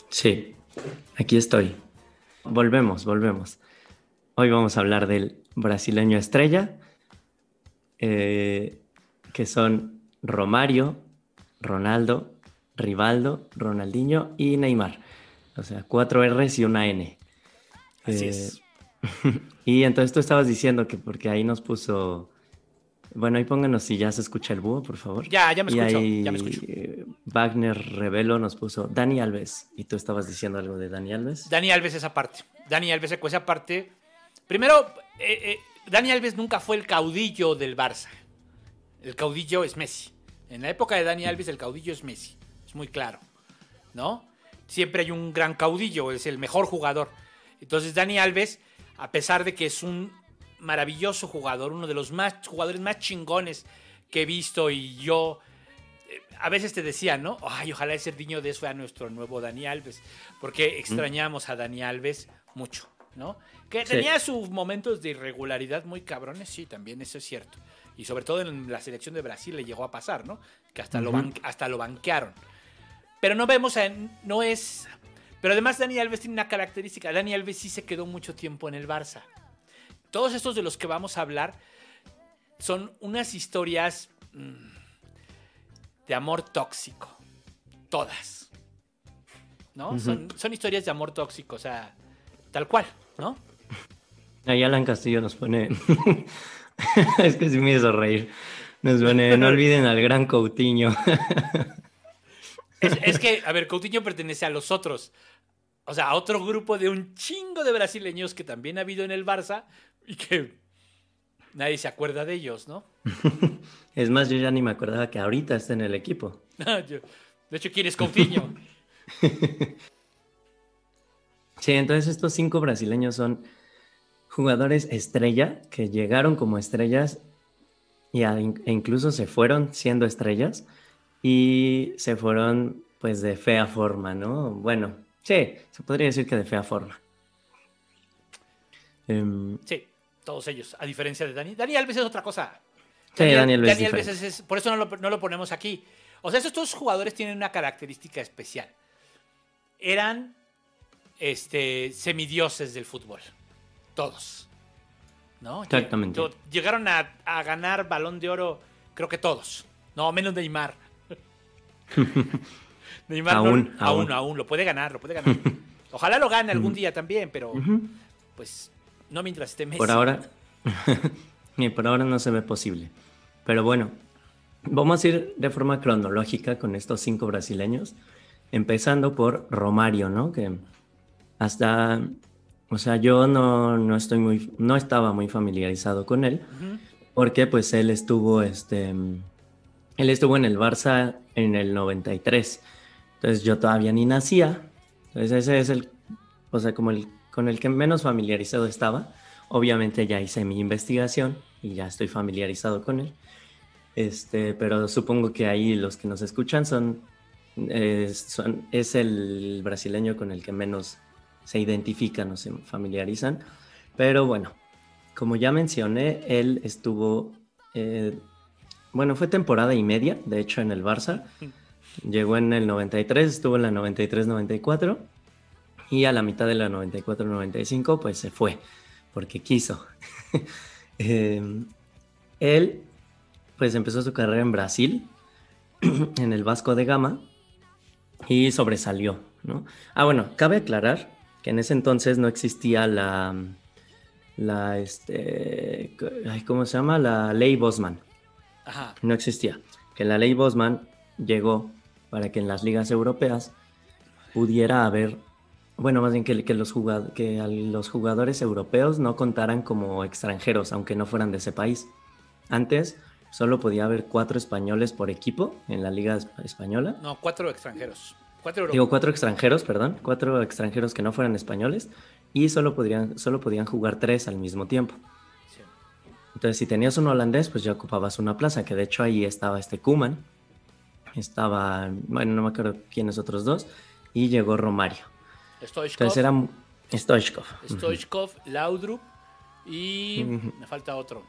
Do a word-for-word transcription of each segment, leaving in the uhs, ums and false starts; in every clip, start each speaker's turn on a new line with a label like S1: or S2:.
S1: Sí, aquí estoy. Volvemos, volvemos. Hoy vamos a hablar del brasileño estrella, eh, que son Romario, Ronaldo, Rivaldo, Ronaldinho y Neymar. O sea, cuatro R's y una N.
S2: Así
S1: Eh,
S2: es.
S1: y entonces tú estabas diciendo que porque ahí nos puso... Bueno, ahí pónganos si ya se escucha el búho, por favor.
S2: Ya, ya me
S1: Y
S2: escucho, ya me
S1: ahí
S2: escucho.
S1: eh, Wagner Revelo nos puso Dani Alves. Y tú estabas diciendo algo de Dani Alves.
S2: Dani Alves esa parte. Dani Alves esa parte. Primero, eh, eh, Dani Alves nunca fue el caudillo del Barça. El caudillo es Messi. En la época de Dani Alves el caudillo es Messi. Es muy claro, ¿no? Siempre hay un gran caudillo, es el mejor jugador. Entonces Dani Alves, a pesar de que es un maravilloso jugador, uno de los más jugadores más chingones que he visto y yo a veces te decía, ¿no? Ay, ojalá ese niño de eso fuera nuestro nuevo Dani Alves, porque
S1: ¿Mm?
S2: extrañamos a Dani Alves mucho, ¿no? Que
S1: Sí.
S2: tenía sus momentos de irregularidad muy cabrones, sí, también eso es cierto. Y sobre todo en la selección de Brasil le llegó a pasar, ¿no? Que hasta lo,
S1: Ujú.
S2: ban hasta lo banquearon. Pero no vemos, a, no es... Pero además Dani Alves tiene una característica. Dani Alves sí se quedó mucho tiempo en el Barça. Todos estos de los que vamos a hablar son unas historias mmm, de amor tóxico. Todas. ¿No?
S1: Ujú.
S2: Son, son historias de amor tóxico, o sea, tal cual, ¿no?
S1: Ahí Alan Castillo nos pone, es que sí me hizo reír, nos pone, no olviden al gran Coutinho.
S2: Es, es que, a ver, Coutinho pertenece a los otros. O sea, a otro grupo de un chingo de brasileños que también ha habido en el Barça y que nadie se acuerda de ellos, ¿no?
S1: Es más, yo ya ni me acordaba que ahorita está en el equipo.
S2: Yo- de hecho, ¿quién es Coutinho?
S1: Sí, entonces estos cinco brasileños son jugadores estrella que llegaron como estrellas y a- e incluso se fueron siendo estrellas y se fueron pues de fea forma, ¿no? Bueno, sí, se podría decir que de fea forma. Em,
S2: Sí, todos ellos, a diferencia de Dani. Dani Alves es otra cosa.
S1: sí,
S2: Dani,
S1: Daniel es
S2: Dani Alves
S1: diferente.
S2: es, es, por eso no lo, no lo ponemos aquí. O sea, estos jugadores tienen una característica especial. Eran este, semidioses del fútbol. Todos. ¿No?
S1: Exactamente.
S2: Llegaron a, a ganar balón de oro, creo que todos. No, menos Neymar. Neymar no,
S1: Aún,
S2: aún,
S1: aún.
S2: aún, lo puede ganar, lo puede ganar. Ojalá lo gane algún
S1: Ujú,
S2: día también, pero
S1: ujú.
S2: pues no mientras esté
S1: Por
S2: Messi.
S1: ahora, y por ahora no se ve posible. Pero bueno, vamos a ir de forma cronológica con estos cinco brasileños, empezando por Romario, ¿no? Que hasta, o sea, yo no, no estoy muy, no estaba muy familiarizado con él,
S2: Uh -huh.
S1: porque pues él estuvo, este, él estuvo en el Barça en el noventa y tres. Entonces yo todavía ni nacía. Entonces ese es el, o sea, como el con el que menos familiarizado estaba. Obviamente ya hice mi investigación y ya estoy familiarizado con él. Este, pero supongo que ahí los que nos escuchan son, eh, son es el brasileño con el que menos se identifican o se familiarizan. Pero bueno, como ya mencioné, él estuvo, eh, bueno, fue temporada y media, de hecho, en el Barça. Llegó en el noventa y tres, estuvo en la noventa y tres noventa y cuatro y a la mitad de la noventa y cuatro noventa y cinco pues se fue porque quiso. eh, Él pues empezó su carrera en Brasil, en el Vasco de Gama y sobresalió, ¿no? Ah, bueno, cabe aclarar que en ese entonces no existía la, la este, ¿cómo se llama? La ley Bosman.
S2: Ajá.
S1: No existía. Que la ley Bosman llegó para que en las ligas europeas pudiera haber, bueno, más bien que, que, los jugad que los jugadores europeos no contaran como extranjeros, aunque no fueran de ese país. Antes solo podía haber cuatro españoles por equipo en la liga española.
S2: No, cuatro extranjeros. Cuatro europeos.
S1: Digo, cuatro extranjeros, perdón, cuatro extranjeros que no fueran españoles y solo podrían, solo podían jugar tres al mismo tiempo.
S2: Sí.
S1: Entonces, si tenías un holandés, pues ya ocupabas una plaza, que de hecho ahí estaba este Koeman, estaba, bueno, no me acuerdo quiénes otros dos, y llegó Romario. Entonces
S2: Stoichkov,
S1: era Stoichkov. Uh-huh.
S2: Stoichkov, Laudrup y
S1: Uh-huh.
S2: me falta otro.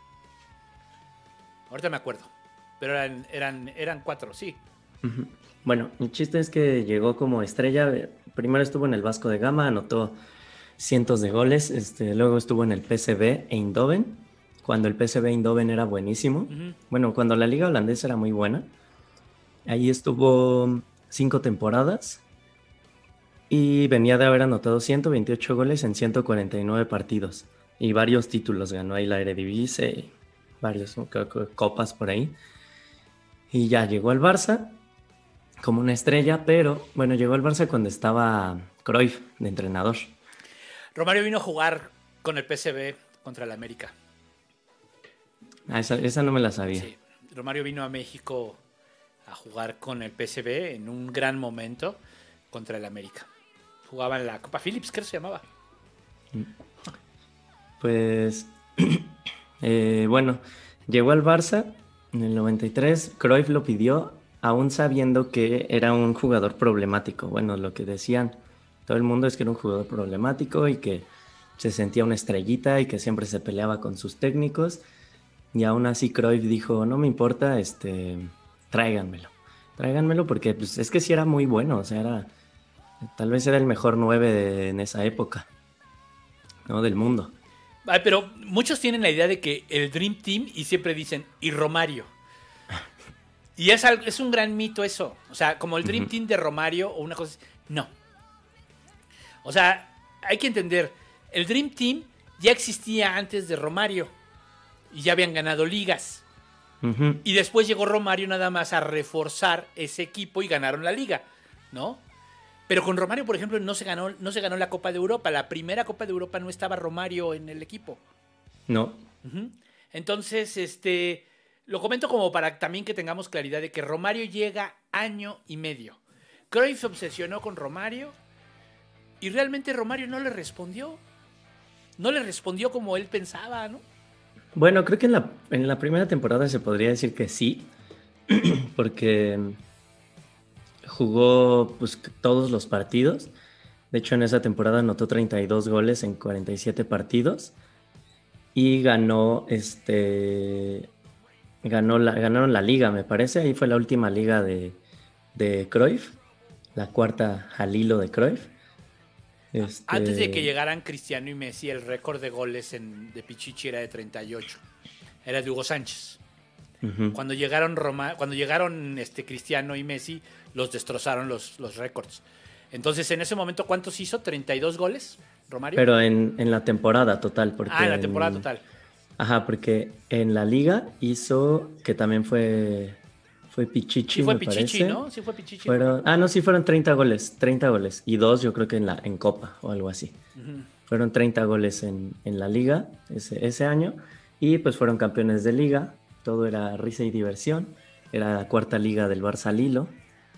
S2: Ahorita me acuerdo. Pero eran, eran, eran cuatro, sí.
S1: Uh-huh. Bueno, el chiste es que llegó como estrella primero estuvo en el Vasco de Gama, anotó cientos de goles, este, luego estuvo en el P S V Eindhoven, cuando el P S V Eindhoven era buenísimo, uh-huh. Bueno, cuando la liga holandesa era muy buena, ahí estuvo cinco temporadas y venía de haber anotado ciento veintiocho goles en ciento cuarenta y nueve partidos y varios títulos, ganó ahí la Eredivisie y varios, ¿no? Copas por ahí, y ya llegó al Barça como una estrella, pero bueno, llegó al Barça cuando estaba Cruyff de entrenador.
S2: Romario vino a jugar con el P S V contra el América.
S1: Ah, esa, esa no me la sabía.
S2: Sí, Romario vino a México a jugar con el P S V en un gran momento contra el América. Jugaba en la Copa Philips, creo que se llamaba.
S1: Pues, eh, bueno, llegó al Barça en el noventa y tres, Cruyff lo pidió, aún sabiendo que era un jugador problemático. Bueno, lo que decían todo el mundo es que era un jugador problemático y que se sentía una estrellita y que siempre se peleaba con sus técnicos. Y aún así Cruyff dijo, no me importa, este, tráiganmelo. Tráiganmelo porque pues, es que sí era muy bueno, o sea, era, tal vez era el mejor nueve de, en esa época, ¿no? Del mundo.
S2: Ay, pero muchos tienen la idea de que el Dream Team, y siempre dicen, y Romario. Y es, algo, es un gran mito eso. O sea, como el Dream uh-huh. Team de Romario o una cosa así. No. O sea, hay que entender, el Dream Team ya existía antes de Romario. Y ya habían ganado ligas. Uh-huh. Y después llegó Romario nada más a reforzar ese equipo y ganaron la liga, ¿no? Pero con Romario, por ejemplo, no se ganó, no se ganó la Copa de Europa. La primera Copa de Europa no estaba Romario en el equipo.
S1: No.
S2: Uh-huh. Entonces, este, lo comento como para también que tengamos claridad de que Romario llega año y medio. Cruyff se obsesionó con Romario y realmente Romario no le respondió. No le respondió como él pensaba, ¿no?
S1: Bueno, creo que en la, en la primera temporada se podría decir que sí, porque jugó pues, todos los partidos. De hecho, en esa temporada anotó treinta y dos goles en cuarenta y siete partidos y ganó, este, ganó la, ganaron la liga, me parece. Ahí fue la última liga de, de Cruyff, la cuarta al hilo de Cruyff. Este...
S2: Antes de que llegaran Cristiano y Messi, el récord de goles en, de Pichichi era de treinta y ocho. Era de Hugo Sánchez. Uh-huh. Cuando llegaron Roma, cuando llegaron este, Cristiano y Messi, los destrozaron los, los récords. Entonces, en ese momento, ¿cuántos hizo? ¿treinta y dos goles, Romario?
S1: Pero en, en la temporada total. Porque
S2: ah, en la temporada
S1: en...
S2: total.
S1: Ajá, porque en la liga hizo, que también fue... Fue Pichichi,
S2: sí fue
S1: me
S2: Pichichi,
S1: parece.
S2: ¿no? Sí fue Pichichi.
S1: Fueron, ah, no, sí fueron treinta goles, treinta goles. Y dos yo creo que en la en Copa o algo así. Uh-huh. Fueron treinta goles en, en la liga ese, ese año. Y pues fueron campeones de liga. Todo era risa y diversión. Era la cuarta liga del Barça al hilo.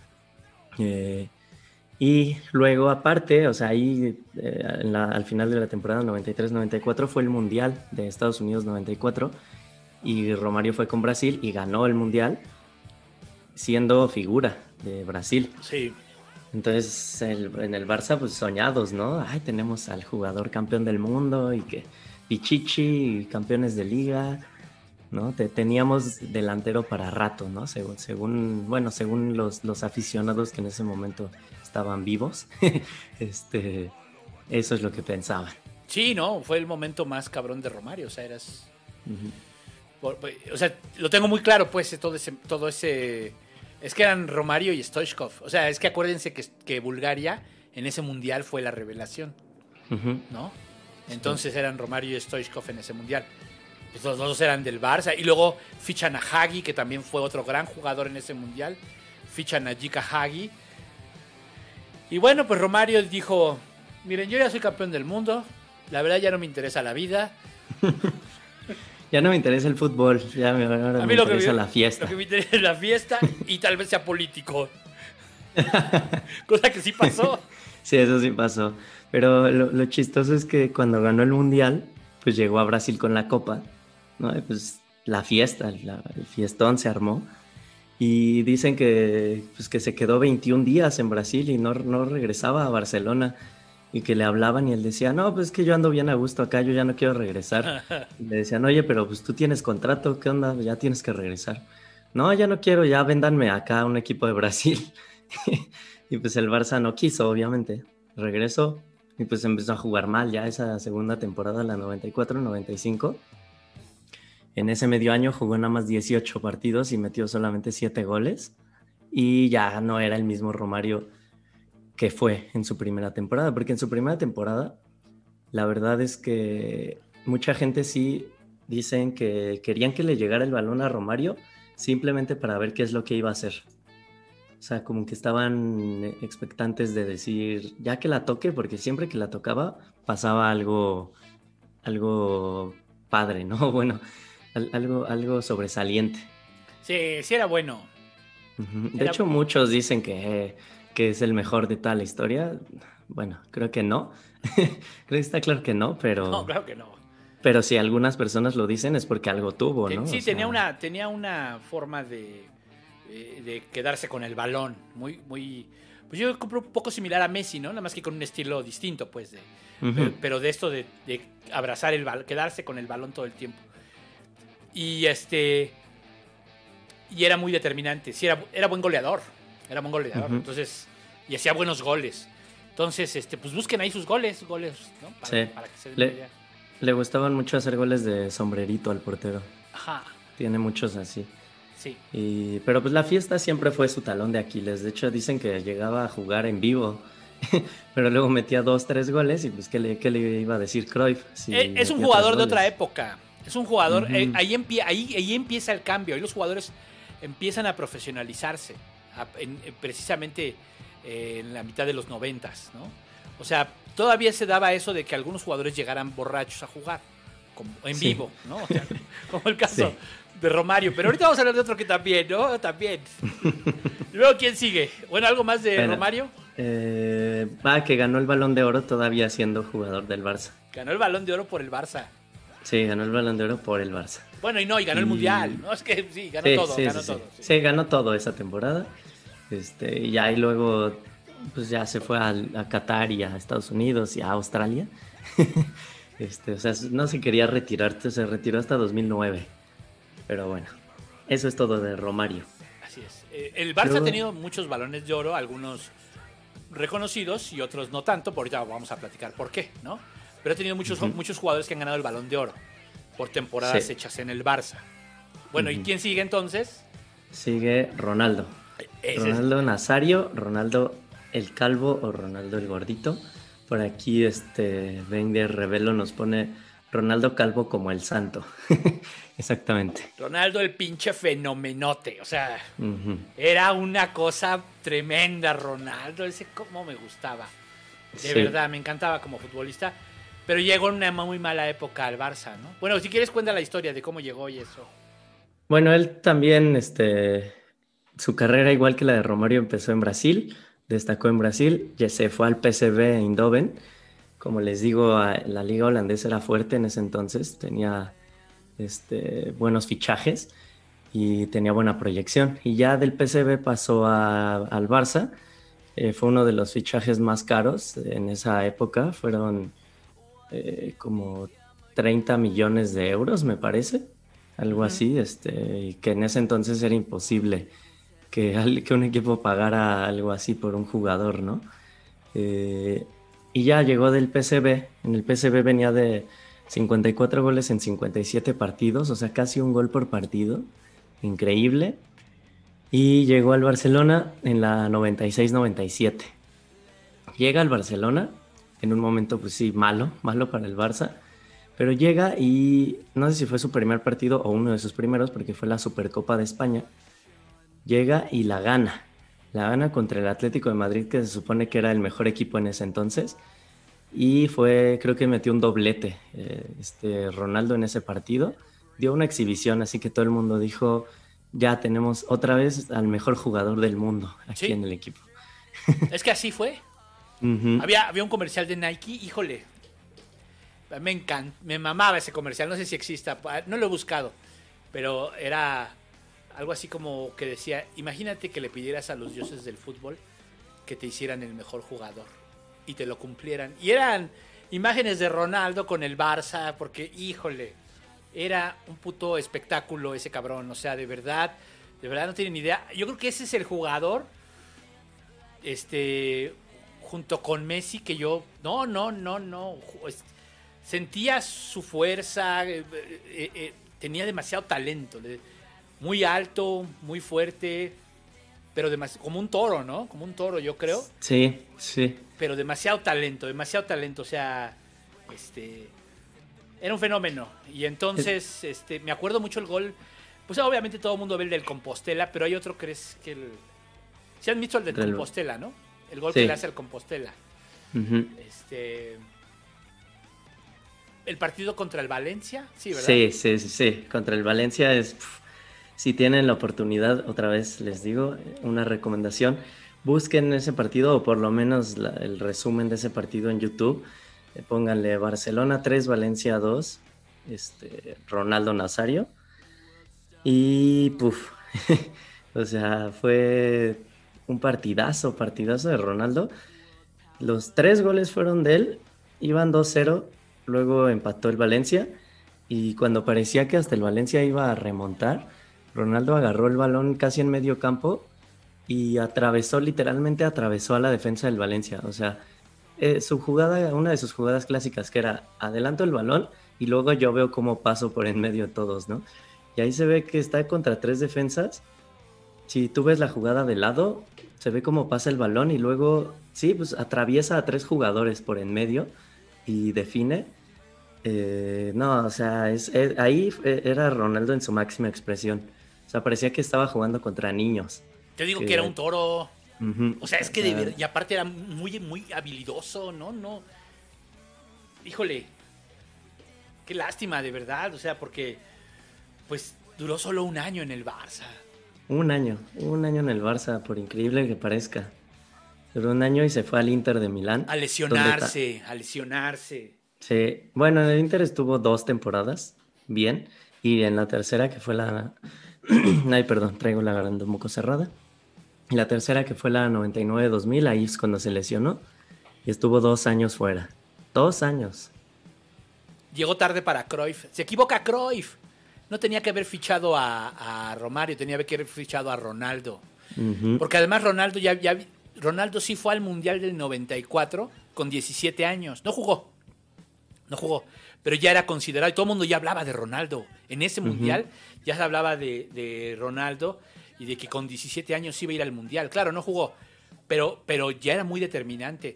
S1: Eh, y luego aparte, o sea, ahí eh, en la, al final de la temporada noventa y tres noventa y cuatro fue el Mundial de Estados Unidos noventa y cuatro. Y Romario fue con Brasil y ganó el Mundial, siendo figura de Brasil.
S2: Sí.
S1: Entonces el, en el Barça pues soñados, ¿no? Ay, tenemos al jugador campeón del mundo y que Pichichi, campeones de liga, ¿no? Te, teníamos delantero para rato, ¿no? Según, según bueno, según los, los aficionados que en ese momento estaban vivos, este, eso es lo que pensaban.
S2: Sí, no, fue el momento más cabrón de Romario, o sea, eras... Uh-huh. O sea, lo tengo muy claro, pues, todo ese, todo ese... Es que eran Romario y Stoichkov. O sea, es que acuérdense que, que Bulgaria en ese mundial fue la revelación, uh-huh. ¿no? Entonces sí. Eran Romario y Stoichkov en ese mundial. Pues los dos eran del Barça. Y luego fichan a Hagi, que también fue otro gran jugador en ese mundial. Fichan a Jika Hagi. Y bueno, pues Romario dijo, miren, yo ya soy campeón del mundo. La verdad ya no me interesa la vida.
S1: Ya no me interesa el fútbol, ya me, ahora
S2: a mí
S1: me
S2: lo
S1: interesa
S2: que me,
S1: la fiesta.
S2: Lo que me interesa es la fiesta y tal vez sea político. Cosa que sí pasó.
S1: Sí, eso sí pasó. Pero lo, lo chistoso es que cuando ganó el Mundial, pues llegó a Brasil con la Copa, ¿no? Y pues la fiesta, la, el fiestón se armó. Y dicen que, pues, que se quedó veintiún días en Brasil y no, no regresaba a Barcelona. Y que le hablaban y él decía, no, pues es que yo ando bien a gusto acá, yo ya no quiero regresar. Y le decían, oye, pero pues tú tienes contrato, ¿qué onda? Ya tienes que regresar. No, ya no quiero, ya véndanme acá a un equipo de Brasil. Y pues el Barça no quiso, obviamente. regresó y pues empezó a jugar mal ya esa segunda temporada, la noventa y cuatro noventa y cinco. En ese medio año jugó nada más dieciocho partidos y metió solamente siete goles. Y ya no era el mismo Romario que fue en su primera temporada, porque en su primera temporada la verdad es que mucha gente sí dicen que querían que le llegara el balón a Romario simplemente para ver qué es lo que iba a hacer. O sea, como que estaban expectantes de decir, ya que la toque, porque siempre que la tocaba pasaba algo, algo padre, ¿no? Bueno, al- algo, algo sobresaliente.
S2: Sí, sí era bueno.
S1: Ujú. De
S2: Era...
S1: hecho, muchos dicen que, que es el mejor de toda la historia. Bueno, creo que no. Creo que está claro que no,
S2: No,
S1: pero,
S2: claro que no.
S1: pero si algunas personas lo dicen es porque algo tuvo,
S2: Ten-
S1: ¿no? O
S2: sí, tenía
S1: sea,
S2: una, tenía una forma de, eh, de quedarse con el balón. Muy, muy. Pues yo compro un poco similar a Messi, ¿no? Nada más que con un estilo distinto, pues. De, pero,
S1: ujú,
S2: pero de esto de, de abrazar el balón, quedarse con el balón todo el tiempo. Y este. Y era muy determinante. Sí, era, era buen goleador. Era buen goleador.
S1: ujú.
S2: Entonces. Y hacía buenos goles. Entonces, este, pues busquen ahí sus goles, goles, ¿no? Para,
S1: Sí.
S2: para que se den una
S1: Le,
S2: idea.
S1: le gustaban mucho hacer goles de sombrerito al portero.
S2: Ajá.
S1: Tiene muchos así.
S2: Sí.
S1: Y, pero pues la fiesta siempre fue su talón de Aquiles. De hecho, dicen que llegaba a jugar en vivo, pero luego metía dos, tres goles y pues ¿qué le, qué le iba a decir Cruyff
S2: Eh,
S1: si
S2: Es un
S1: metía tres
S2: jugador de otra
S1: goles?
S2: época. Es un jugador. eh,
S1: Ujú.
S2: ahí, empie- ahí, ahí empieza el cambio. Ahí los jugadores empiezan a profesionalizarse. a- en- eh, precisamente eh, en la mitad de los noventas, ¿no? O sea, todavía se daba eso de que algunos jugadores llegaran borrachos a jugar. Como en
S1: Sí,
S2: vivo, ¿no? O sea, como el caso
S1: sí.
S2: de Romario. Pero ahorita vamos a hablar de otro que también, ¿no? También. Y luego, ¿quién sigue? Bueno, ¿algo más de
S1: Bueno,
S2: Romario?
S1: eh, ah, que ganó el Balón de Oro todavía siendo jugador del Barça.
S2: Ganó el Balón de Oro por el Barça.
S1: Sí, ganó el Balón de Oro por el Barça.
S2: Bueno, y no, y ganó el
S1: Y
S2: Mundial, ¿no? Es que sí, ganó
S1: sí,
S2: todo,
S1: sí,
S2: ganó
S1: sí, sí.
S2: todo. Sí.
S1: Sí, ganó todo esa temporada. Este, y ya y luego pues ya se fue al- a, Qatar y a Estados Unidos y a Australia. Este, o sea, no se quería retirar, se retiró hasta dos mil nueve. Pero bueno, eso es todo de Romario.
S2: Así es. Eh, el Barça ha
S1: Luego,
S2: tenido muchos balones de oro, algunos reconocidos y otros no tanto. Por ahorita vamos a platicar por qué, ¿no? Pero ha tenido muchos,
S1: ujú,
S2: muchos jugadores que han ganado el balón de oro por temporadas
S1: sí,
S2: hechas en el Barça. Bueno, ¿y
S1: ujú.
S2: quién sigue entonces?
S1: Sigue Ronaldo.
S2: Ese es.
S1: Ronaldo Nazario, Ronaldo el Calvo o Ronaldo el Gordito. Por aquí este Wenger Revelo nos pone Ronaldo Calvo como el santo. Exactamente.
S2: Ronaldo el pinche fenomenote. O sea,
S1: Ujú.
S2: era una cosa tremenda Ronaldo. Ese cómo me gustaba. De
S1: Sí.
S2: verdad, me encantaba como futbolista. Pero llegó en una muy mala época al Barça, ¿no? Bueno, si quieres cuenta la historia de cómo llegó y eso.
S1: Bueno, él también, este, su carrera, igual que la de Romario, empezó en Brasil, destacó en Brasil, ya se fue al P S V Eindhoven. Como les digo, a- la liga holandesa era fuerte en ese entonces, tenía este, buenos fichajes y tenía buena proyección. Y ya del P S V pasó a- al Barça, eh, fue uno de los fichajes más caros en esa época, fueron eh, como treinta millones de euros, me parece, algo
S2: Ujú.
S1: así, este, y que en ese entonces era imposible que, al- que un equipo pagara algo así por un jugador, ¿no? Eh, y ya llegó del P S V, en el P S V venía de cincuenta y cuatro goles en cincuenta y siete partidos, o sea, casi un gol por partido, increíble, y llegó al Barcelona en la noventa y seis noventa y siete. Llega al Barcelona en un momento, pues sí, malo, malo para el Barça, pero llega y no sé si fue su primer partido o uno de sus primeros, porque fue la Supercopa de España. Llega y la gana. La gana contra el Atlético de Madrid, que se supone que era el mejor equipo en ese entonces. Y fue, creo que metió un doblete eh, este Ronaldo en ese partido. Dio una exhibición, así que todo el mundo dijo, ya tenemos otra vez al mejor jugador del mundo aquí
S2: Sí,
S1: en el equipo.
S2: es que así fue.
S1: Ujú.
S2: Había, había un comercial de Nike, híjole, me encanta, me mamaba ese comercial, no sé si exista, no lo he buscado, pero era algo así como que decía, imagínate que le pidieras a los dioses del fútbol que te hicieran el mejor jugador y te lo cumplieran. Y eran imágenes de Ronaldo con el Barça, porque híjole, era un puto espectáculo ese cabrón, o sea, de verdad, de verdad no tienen idea. Yo creo que ese es el jugador, este, junto con Messi, que yo, no, no, no, no, pues, sentía su fuerza, eh, eh, eh, tenía demasiado talento, muy alto, muy fuerte, pero demas- como un toro, ¿no? Como un toro, yo creo,
S1: Sí, sí.
S2: pero demasiado talento, demasiado talento, o sea, este, era un fenómeno. Y entonces, este, me acuerdo mucho el gol, pues obviamente todo el mundo ve el del Compostela, pero hay otro que es que el... ¿Se han visto el del
S1: Del-
S2: Compostela, no? El gol
S1: Sí.
S2: que le hace al Compostela.
S1: Ujú.
S2: Este... El partido contra el Valencia, sí, ¿verdad?
S1: Sí, sí, sí, sí. Contra el Valencia es, pf, si tienen la oportunidad, otra vez les digo, una recomendación, busquen ese partido o por lo menos la- el resumen de ese partido en YouTube. Eh, pónganle Barcelona tres, Valencia dos, este, Ronaldo Nazario y puf, o sea, fue un partidazo, partidazo de Ronaldo. Los tres goles fueron de él, iban dos cero, luego empató el Valencia y cuando parecía que hasta el Valencia iba a remontar, Ronaldo agarró el balón casi en medio campo y atravesó, literalmente atravesó a la defensa del Valencia. O sea, eh, su jugada, una de sus jugadas clásicas que era adelanto el balón y luego yo veo cómo paso por en medio de todos, ¿no? Y ahí se ve que está contra tres defensas. Si tú ves la jugada de lado, se ve cómo pasa el balón y luego, sí, pues atraviesa a tres jugadores por en medio y define. Eh, no, o sea, es, es- ahí fue- era Ronaldo en su máxima expresión. O sea, parecía que estaba jugando contra niños.
S2: Te digo que era
S1: Que,
S2: un toro.
S1: ujú,
S2: O sea, es
S1: o
S2: que de
S1: sea,
S2: verdad, y aparte era muy, muy habilidoso, ¿no? No. Híjole, qué lástima, de verdad. O sea, porque, pues, duró solo un año en el Barça.
S1: un año, un año en el Barça, por increíble que parezca. Duró un año y se fue al Inter de
S2: A
S1: Milán, donde ta-
S2: lesionarse, a lesionarse.
S1: sí, bueno, en el Inter estuvo dos temporadas, bien, y en la tercera que fue la... Ay, perdón, traigo la garganta un poco cerrada. Y la tercera que fue la noventa y nueve dos mil, ahí es cuando se lesionó y estuvo dos años fuera. Dos años.
S2: Llegó tarde para Cruyff. Se equivoca Cruyff. No tenía que haber fichado a, a Romario, tenía que haber fichado a Ronaldo.
S1: Ujú,
S2: Porque además Ronaldo ya, ya Ronaldo sí fue al Mundial del noventa y cuatro con diecisiete años. No jugó, no jugó, pero ya era considerado y todo el mundo ya hablaba de Ronaldo. En ese
S1: ujú.
S2: Mundial ya se hablaba de, de Ronaldo y de que con diecisiete años iba a ir al Mundial. Claro, no jugó, pero, pero ya era muy determinante.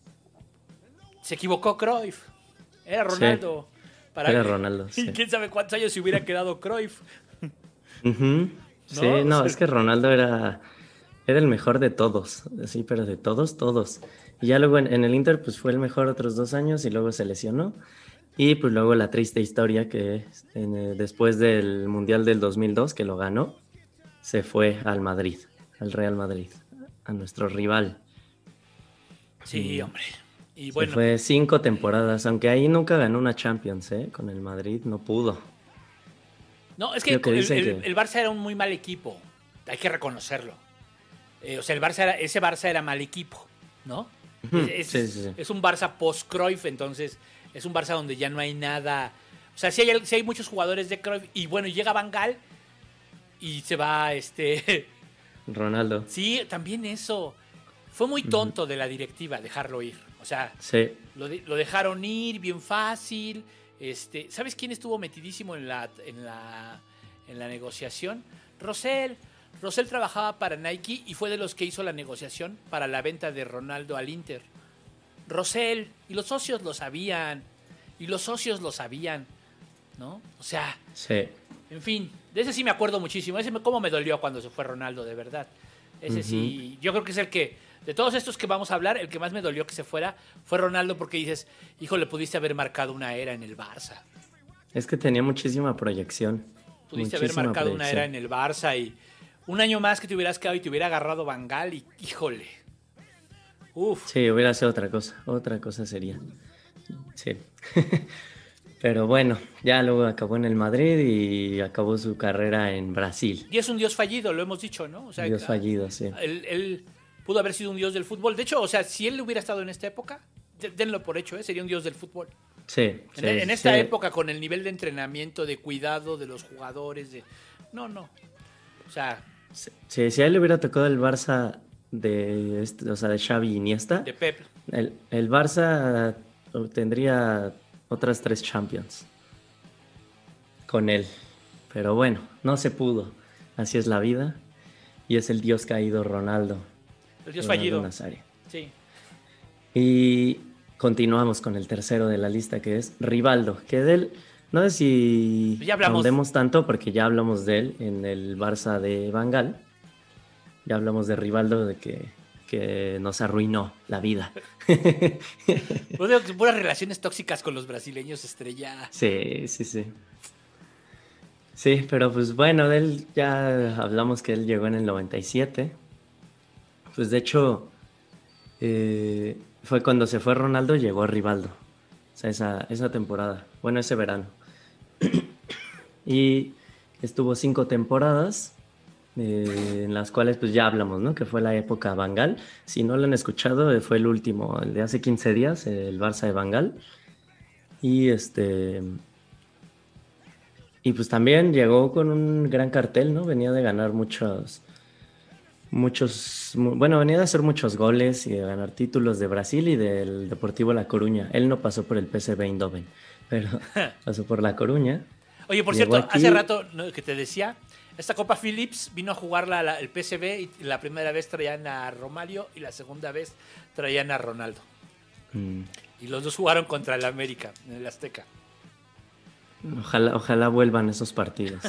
S2: Se equivocó Cruyff. Era
S1: Sí,
S2: Ronaldo. Para...
S1: era Ronaldo,
S2: Y
S1: sí.
S2: quién sabe cuántos años se hubiera quedado Cruyff,
S1: Ujú.
S2: ¿no?
S1: Sí,
S2: O
S1: no,
S2: sea,
S1: es que Ronaldo era, era el mejor de todos, sí, pero de todos, todos. Y ya luego en, en el Inter pues fue el mejor otros dos años y luego se lesionó. Y pues luego la triste historia que en, eh, después del Mundial del dos mil dos que lo ganó, se fue al Madrid, al Real Madrid, a nuestro rival.
S2: sí,
S1: Y
S2: hombre. Y
S1: se
S2: bueno,
S1: fue cinco temporadas, aunque ahí nunca ganó una Champions, ¿eh? Con el Madrid no pudo.
S2: no, es que
S1: Lo que
S2: el,
S1: dicen
S2: el-
S1: que...
S2: el Barça era un muy mal equipo. Hay que reconocerlo. Eh, o sea, el Barça era, ese Barça era mal equipo, ¿no?
S1: Ujú,
S2: Es,
S1: sí,
S2: es,
S1: sí, sí.
S2: es un Barça post-Cruyff, entonces es un Barça donde ya no hay nada. O sea, sí hay, sí hay muchos jugadores de Cruyff. Y bueno, llega Van Gaal y se va, este.
S1: Ronaldo,
S2: Sí, también eso. Fue muy
S1: ujú,
S2: tonto de la directiva dejarlo ir. O sea,
S1: sí,
S2: lo, de- lo dejaron ir bien fácil. Este, ¿sabes quién estuvo metidísimo en la, en la, en la negociación? Rosell. Rosell trabajaba para Nike y fue de los que hizo la negociación para la venta de Ronaldo al Inter. Rosell. Y los socios lo sabían. Y los socios lo sabían. ¿No? O sea,
S1: sí.
S2: en fin, de ese sí me acuerdo muchísimo. Ese me, cómo me dolió cuando se fue Ronaldo, de verdad. Ese
S1: Ujú.
S2: sí, yo creo que es el que, de todos estos que vamos a hablar, el que más me dolió que se fuera fue Ronaldo porque dices, hijo, le pudiste haber marcado una era en el Barça.
S1: Es que tenía muchísima proyección,
S2: Pudiste haber
S1: muchísima
S2: marcado una era
S1: proyección.
S2: en el Barça y un año más que te hubieras quedado y te hubiera agarrado Van Gaal y, híjole, uf.
S1: Sí, hubiera sido otra cosa, otra cosa sería. Sí. Pero bueno, ya luego acabó en el Madrid y acabó su carrera en Brasil.
S2: Y es un dios fallido, lo hemos dicho, ¿no? O sea,
S1: Dios fallido, sí.
S2: él, él pudo haber sido un dios del fútbol. De hecho, o sea, si él hubiera estado en esta época, denlo por hecho, ¿eh? Sería un dios del fútbol.
S1: Sí,
S2: En,
S1: sí,
S2: en esta
S1: sí.
S2: época, con el nivel de entrenamiento, de cuidado de los jugadores, de... No, no. O sea,
S1: Sí, sí, si a él le hubiera tocado el Barça de, este, o sea, de Xavi y Iniesta,
S2: De Pep.
S1: el, el Barça obtendría otras tres Champions con él. Pero bueno, no se pudo. Así es la vida. Y es el dios caído Ronaldo.
S2: El Dios
S1: Ronaldo
S2: fallido.
S1: Nazario.
S2: Sí.
S1: Y continuamos con el tercero de la lista, que es Rivaldo. Que de él, no sé si
S2: Ya hablamos.
S1: ahondemos tanto, porque ya hablamos de él en el Barça de Van Gaal. Ya hablamos de Rivaldo, de que, que nos arruinó la vida.
S2: Pues digo que puras relaciones tóxicas con los brasileños estrella.
S1: Sí, sí, sí. Sí, pero pues bueno, de él ya hablamos que él llegó en el noventa y siete. Pues de hecho, eh, fue cuando se fue Ronaldo, llegó Rivaldo. O sea, esa, esa temporada. Bueno, ese verano. Y estuvo cinco temporadas, eh, en las cuales pues ya hablamos, ¿no? Que fue la época Van Gaal. Si no lo han escuchado, eh, fue el último, el de hace quince días, el Barça de Van Gaal. Y este... Y pues también llegó con un gran cartel, ¿no? Venía de ganar muchos, muchos, mu- bueno, venía de hacer muchos goles y de ganar títulos de Brasil y del Deportivo La Coruña. Él no pasó por el P S V Eindhoven, pero pasó por La Coruña.
S2: Oye, por
S1: Llegó
S2: cierto, hace
S1: aquí.
S2: rato ¿no? que te decía, esta Copa Philips vino a jugarla la- el P S V y la primera vez traían a Romario y la segunda vez traían a Ronaldo.
S1: mm,
S2: Y los dos jugaron contra el América en el Azteca.
S1: Ojalá, ojalá vuelvan esos partidos.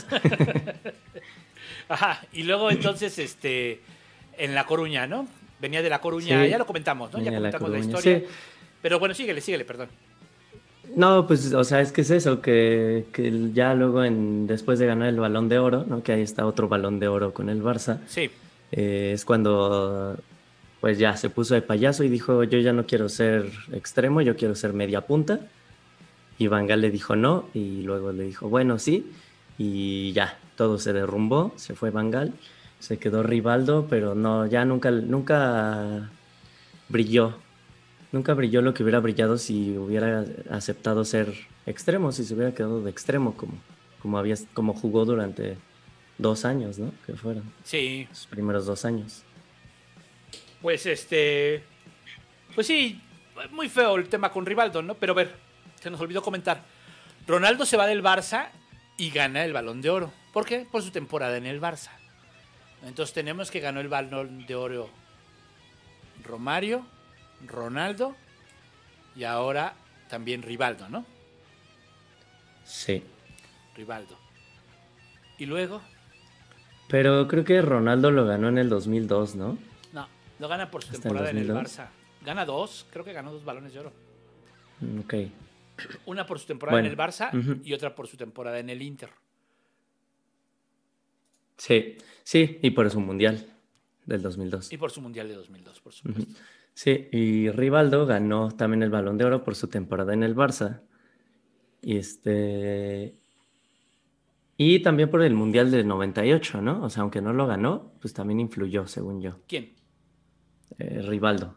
S2: Ajá, y luego entonces, este, en La Coruña, ¿no? Venía de La Coruña,
S1: Sí,
S2: ya lo comentamos, ¿no? Ya
S1: venía La
S2: comentamos la
S1: Coruña.
S2: historia.
S1: Sí.
S2: Pero bueno, síguele, síguele, perdón.
S1: No, pues, o sea, es que es eso, que, que ya luego, en, después de ganar el Balón de Oro, ¿no? Que ahí está otro Balón de Oro con el Barça,
S2: Sí,
S1: eh, es cuando, pues ya se puso de payaso y dijo, yo ya no quiero ser extremo, yo quiero ser media punta. Y Van Gaal le dijo no, y luego le dijo, bueno, sí, y ya, todo se derrumbó, se fue Van Gaal, se quedó Rivaldo, pero no, ya nunca, nunca brilló. Nunca brilló lo que hubiera brillado si hubiera aceptado ser extremo, si se hubiera quedado de extremo como, como, había, como jugó durante dos años, ¿no? Que fueron
S2: sí.
S1: sus primeros dos años.
S2: Pues este. Pues sí, muy feo el tema con Rivaldo, ¿no? Pero a ver, se nos olvidó comentar. Ronaldo se va del Barça y gana el Balón de Oro. ¿Por qué? Por su temporada en el Barça. Entonces tenemos que ganó el Balón de Oro Romario, Ronaldo y ahora también Rivaldo, ¿no?
S1: Sí.
S2: Rivaldo. Y luego,
S1: Pero creo que Ronaldo lo ganó en el dos mil dos, ¿no?
S2: no, lo gana por su
S1: ¿Hasta el
S2: temporada en el
S1: dos mil dos?
S2: Barça. Gana dos, creo que ganó dos balones de oro.
S1: Mm, Ok.
S2: Una por su temporada
S1: Bueno,
S2: en el Barça
S1: ujú.
S2: y otra por su temporada en el Inter.
S1: Sí, sí, y por su mundial del dos mil dos.
S2: Y por su Mundial de dos mil dos, por
S1: Ujú.
S2: supuesto.
S1: Sí, y Rivaldo ganó también el Balón de Oro por su temporada en el Barça. Y este y también por el Mundial del noventa y ocho, ¿no? O sea, aunque no lo ganó, pues también influyó, según yo,
S2: ¿Quién?
S1: eh, Rivaldo,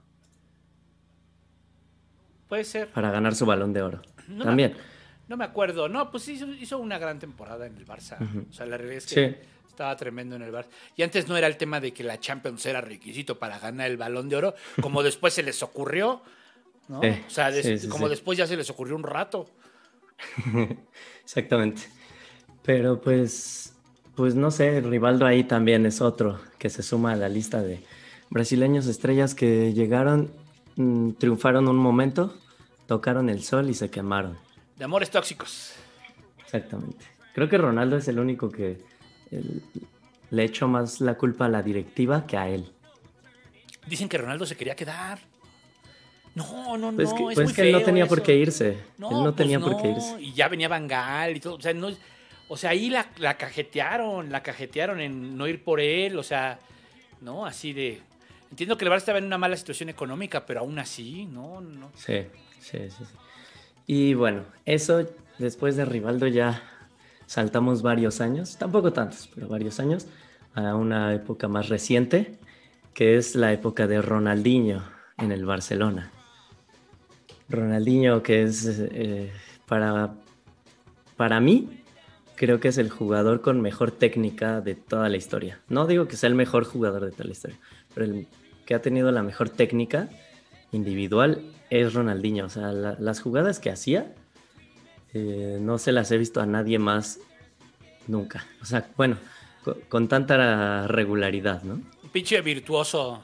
S2: Puede ser.
S1: para ganar su Balón de Oro.
S2: No me,
S1: También.
S2: no me acuerdo. No, pues hizo, hizo una gran temporada en el Barça.
S1: Ujú.
S2: O sea, la realidad es que
S1: Sí,
S2: estaba tremendo en el Barça. Y antes no era el tema de que la Champions era requisito para ganar el Balón de Oro, como después se les ocurrió, ¿no?
S1: sí,
S2: O sea, des-
S1: sí, sí,
S2: como
S1: sí.
S2: después ya se les ocurrió un rato.
S1: Exactamente. Pero pues, pues no sé, Rivaldo ahí también es otro que se suma a la lista de brasileños estrellas que llegaron, mm, triunfaron un momento, tocaron el sol y se quemaron.
S2: De amores tóxicos.
S1: Exactamente. Creo que Ronaldo es el único que el- le echó más la culpa a la directiva que a él.
S2: Dicen que Ronaldo se quería quedar. No, no,
S1: Pues que,
S2: no, es
S1: pues
S2: muy
S1: que él no
S2: feo
S1: tenía por qué
S2: eso.
S1: irse. Él
S2: No,
S1: no
S2: pues
S1: tenía por qué
S2: no.
S1: irse.
S2: Y ya venía Van Gaal y todo. O sea, no, o sea, ahí la, la cajetearon, la cajetearon en no ir por él. O sea, ¿no? Así de. Entiendo que el Barça estaba en una mala situación económica, pero aún así, no, no.
S1: Sí, sí, sí, sí. Y bueno, eso después de Rivaldo ya saltamos varios años, tampoco tantos, pero varios años, a una época más reciente, que es la época de Ronaldinho en el Barcelona. Ronaldinho, que es eh, para, para mí, creo que es el jugador con mejor técnica de toda la historia. No digo que sea el mejor jugador de toda la historia, pero el, que ha tenido la mejor técnica individual es Ronaldinho. O sea, la, las jugadas que hacía eh, no se las he visto a nadie más nunca. O sea, bueno, con, con tanta regularidad, ¿no?
S2: Un pinche virtuoso.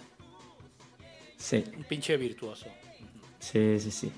S1: Sí.
S2: Un pinche virtuoso.
S1: Sí, sí, sí.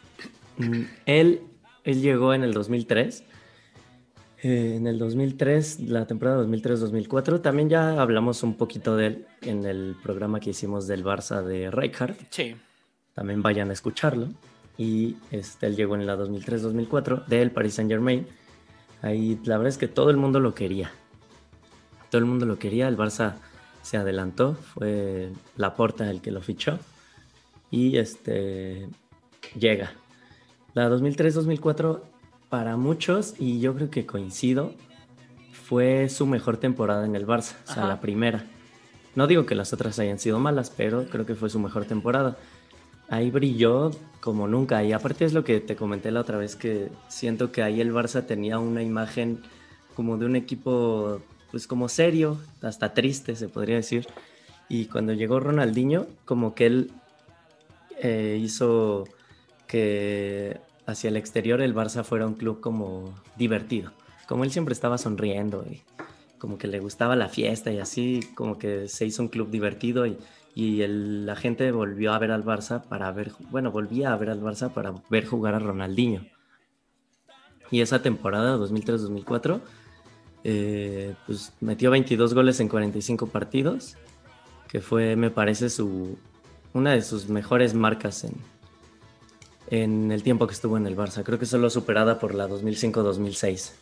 S1: Él, él llegó en el dos mil tres. Eh, en el dos mil tres, la temporada dos mil tres dos mil cuatro. También ya hablamos un poquito de él en el programa que hicimos del Barça de Rijkaard.
S2: Sí.
S1: También vayan a escucharlo. Y este, él llegó en la dos mil tres dos mil cuatro del Paris Saint-Germain. Ahí la verdad es que todo el mundo lo quería. Todo el mundo lo quería. El Barça se adelantó. Fue Laporta el que lo fichó. Y este llega. La dos mil tres dos mil cuatro para muchos, y yo creo que coincido, fue su mejor temporada en el Barça. O sea,
S2: Ajá.
S1: la primera. No digo que las otras hayan sido malas, pero creo que fue su mejor temporada. Ahí brilló como nunca. Y aparte es lo que te comenté la otra vez, que siento que ahí el Barça tenía una imagen como de un equipo pues como serio, hasta triste se podría decir. Y cuando llegó Ronaldinho, como que él eh, hizo que hacia el exterior el Barça fuera un club como divertido. Como él siempre estaba sonriendo y como que le gustaba la fiesta y así, como que se hizo un club divertido y, y el, la gente volvió a ver al Barça para ver, bueno, volvía a ver al Barça para ver jugar a Ronaldinho. Y esa temporada, dos mil tres dos mil cuatro, eh, pues metió veintidós goles en cuarenta y cinco partidos, que fue, me parece, su, una de sus mejores marcas en, en el tiempo que estuvo en el Barça. Creo que solo superada por la dos mil cinco dos mil seis.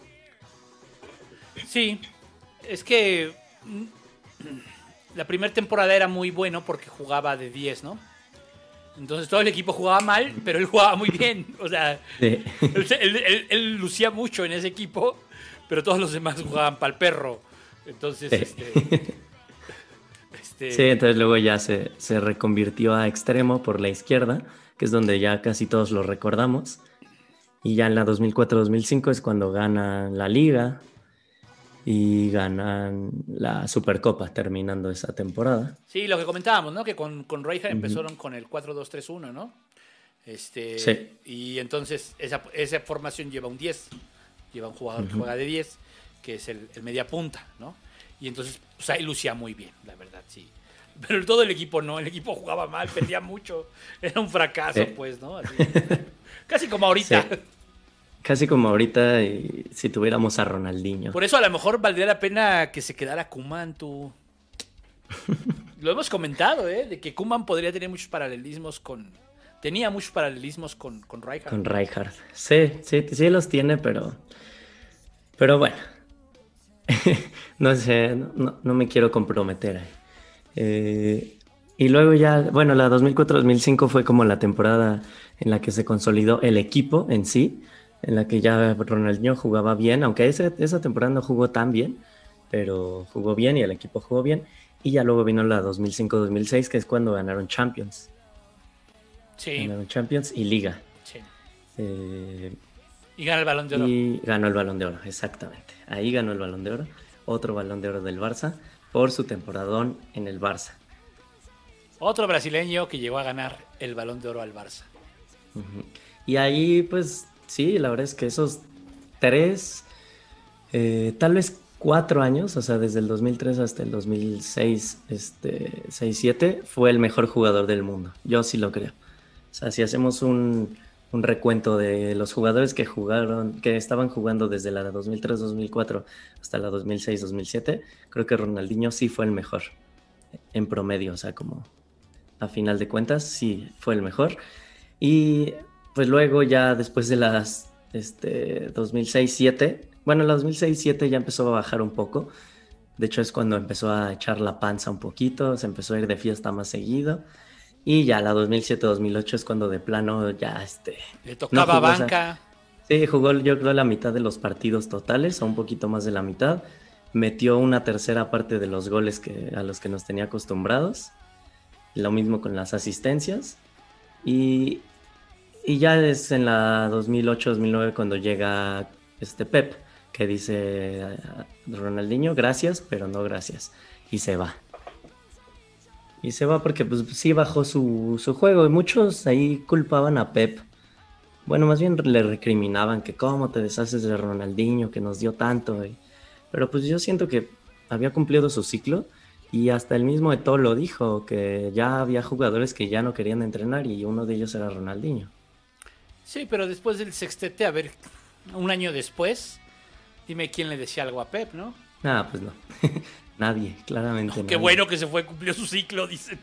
S2: Sí, es que mm, la primera temporada era muy bueno porque jugaba de diez, ¿no? Entonces todo el equipo jugaba mal, pero él jugaba muy bien. O sea,
S1: Sí.
S2: él, él- él- él lucía mucho en ese equipo, pero todos los demás jugaban pa'l perro. Entonces,
S1: Sí.
S2: este, este,
S1: Sí, entonces luego ya se, se reconvirtió a extremo por la izquierda, que es donde ya casi todos lo recordamos. Y ya en la dos mil cuatro dos mil cinco es cuando ganan la Liga y ganan la Supercopa, terminando esa temporada.
S2: sí, lo que comentábamos, ¿no? Que con, con Rijkaard
S1: Ujú.
S2: empezaron con el cuatro dos tres uno, ¿no? Este,
S1: Sí.
S2: y entonces esa, esa formación lleva un diez, lleva un jugador que juega de diez, que es el, el media punta, ¿no? Y entonces, pues ahí lucía muy bien, la verdad, sí. Pero todo el equipo no, el equipo jugaba mal, perdía mucho, era un fracaso,
S1: Sí.
S2: pues, ¿no? Así, casi como ahorita.
S1: Sí. Casi como ahorita y si tuviéramos a Ronaldinho.
S2: Por eso a lo mejor valdría la pena que se quedara Koeman, tú. Lo hemos comentado, ¿eh? De que Koeman podría tener muchos paralelismos con... Tenía muchos paralelismos con, con Rijkaard.
S1: Con Rijkaard. Sí, sí, sí los tiene, pero... Pero bueno. No sé, no, no, no me quiero comprometer ahí. Eh, y luego ya, bueno, la dos mil cuatro dos mil cinco fue como la temporada en la que se consolidó el equipo en sí, en la que ya Ronaldinho jugaba bien, aunque ese, esa temporada no jugó tan bien, pero jugó bien y el equipo jugó bien. Y ya luego vino la dos mil cinco dos mil seis, que es cuando ganaron Champions.
S2: Sí,
S1: Ganaron Champions y Liga.
S2: sí.
S1: Eh,
S2: Y gana el Balón de Oro.
S1: y ganó el Balón de Oro, exactamente. Ahí ganó el Balón de Oro. Otro Balón de Oro del Barça por su temporadón en el Barça.
S2: Otro brasileño que llegó a ganar el Balón de Oro al Barça.
S1: Ujú. Y ahí, pues, sí, la verdad es que esos tres, eh, tal vez cuatro años, o sea, desde el dos mil tres hasta el dos mil seis, este, seis siete, fue el mejor jugador del mundo. Yo sí lo creo. O sea, si hacemos un, un recuento de los jugadores que jugaron, que estaban jugando desde la dos mil tres dos mil cuatro hasta la dos mil seis dos mil siete, creo que Ronaldinho sí fue el mejor en promedio, o sea, como a final de cuentas, sí fue el mejor. Y pues luego ya después de las este, dos mil seis siete, bueno, la dos mil seis siete ya empezó a bajar un poco. De hecho es cuando empezó a echar la panza un poquito, se empezó a ir de fiesta más seguido. Y ya la dos mil siete dos mil ocho es cuando de plano ya este...
S2: Le
S1: no
S2: tocaba
S1: jugó, o sea,
S2: banca.
S1: sí, jugó yo creo la mitad de los partidos totales, o un poquito más de la mitad. Metió una tercera parte de los goles que, a los que nos tenía acostumbrados. Lo mismo con las asistencias. Y, y ya es en la dos mil ocho dos mil nueve cuando llega este Pep, que dice: Ronaldinho, gracias, pero no gracias. Y se va. Y se va porque pues sí bajó su, su juego y muchos ahí culpaban a Pep. Bueno, más bien le recriminaban que cómo te deshaces de Ronaldinho, que nos dio tanto. y- Pero pues yo siento que había cumplido su ciclo y hasta el mismo Eto'o lo dijo, que ya había jugadores que ya no querían entrenar y uno de ellos era Ronaldinho.
S2: Sí, pero después del sextete, a ver, un año después, dime quién le decía algo a Pep, ¿no?
S1: Ah, pues no. Nadie, claramente
S2: No, qué
S1: nadie.
S2: bueno que se fue, cumplió su ciclo, dicen.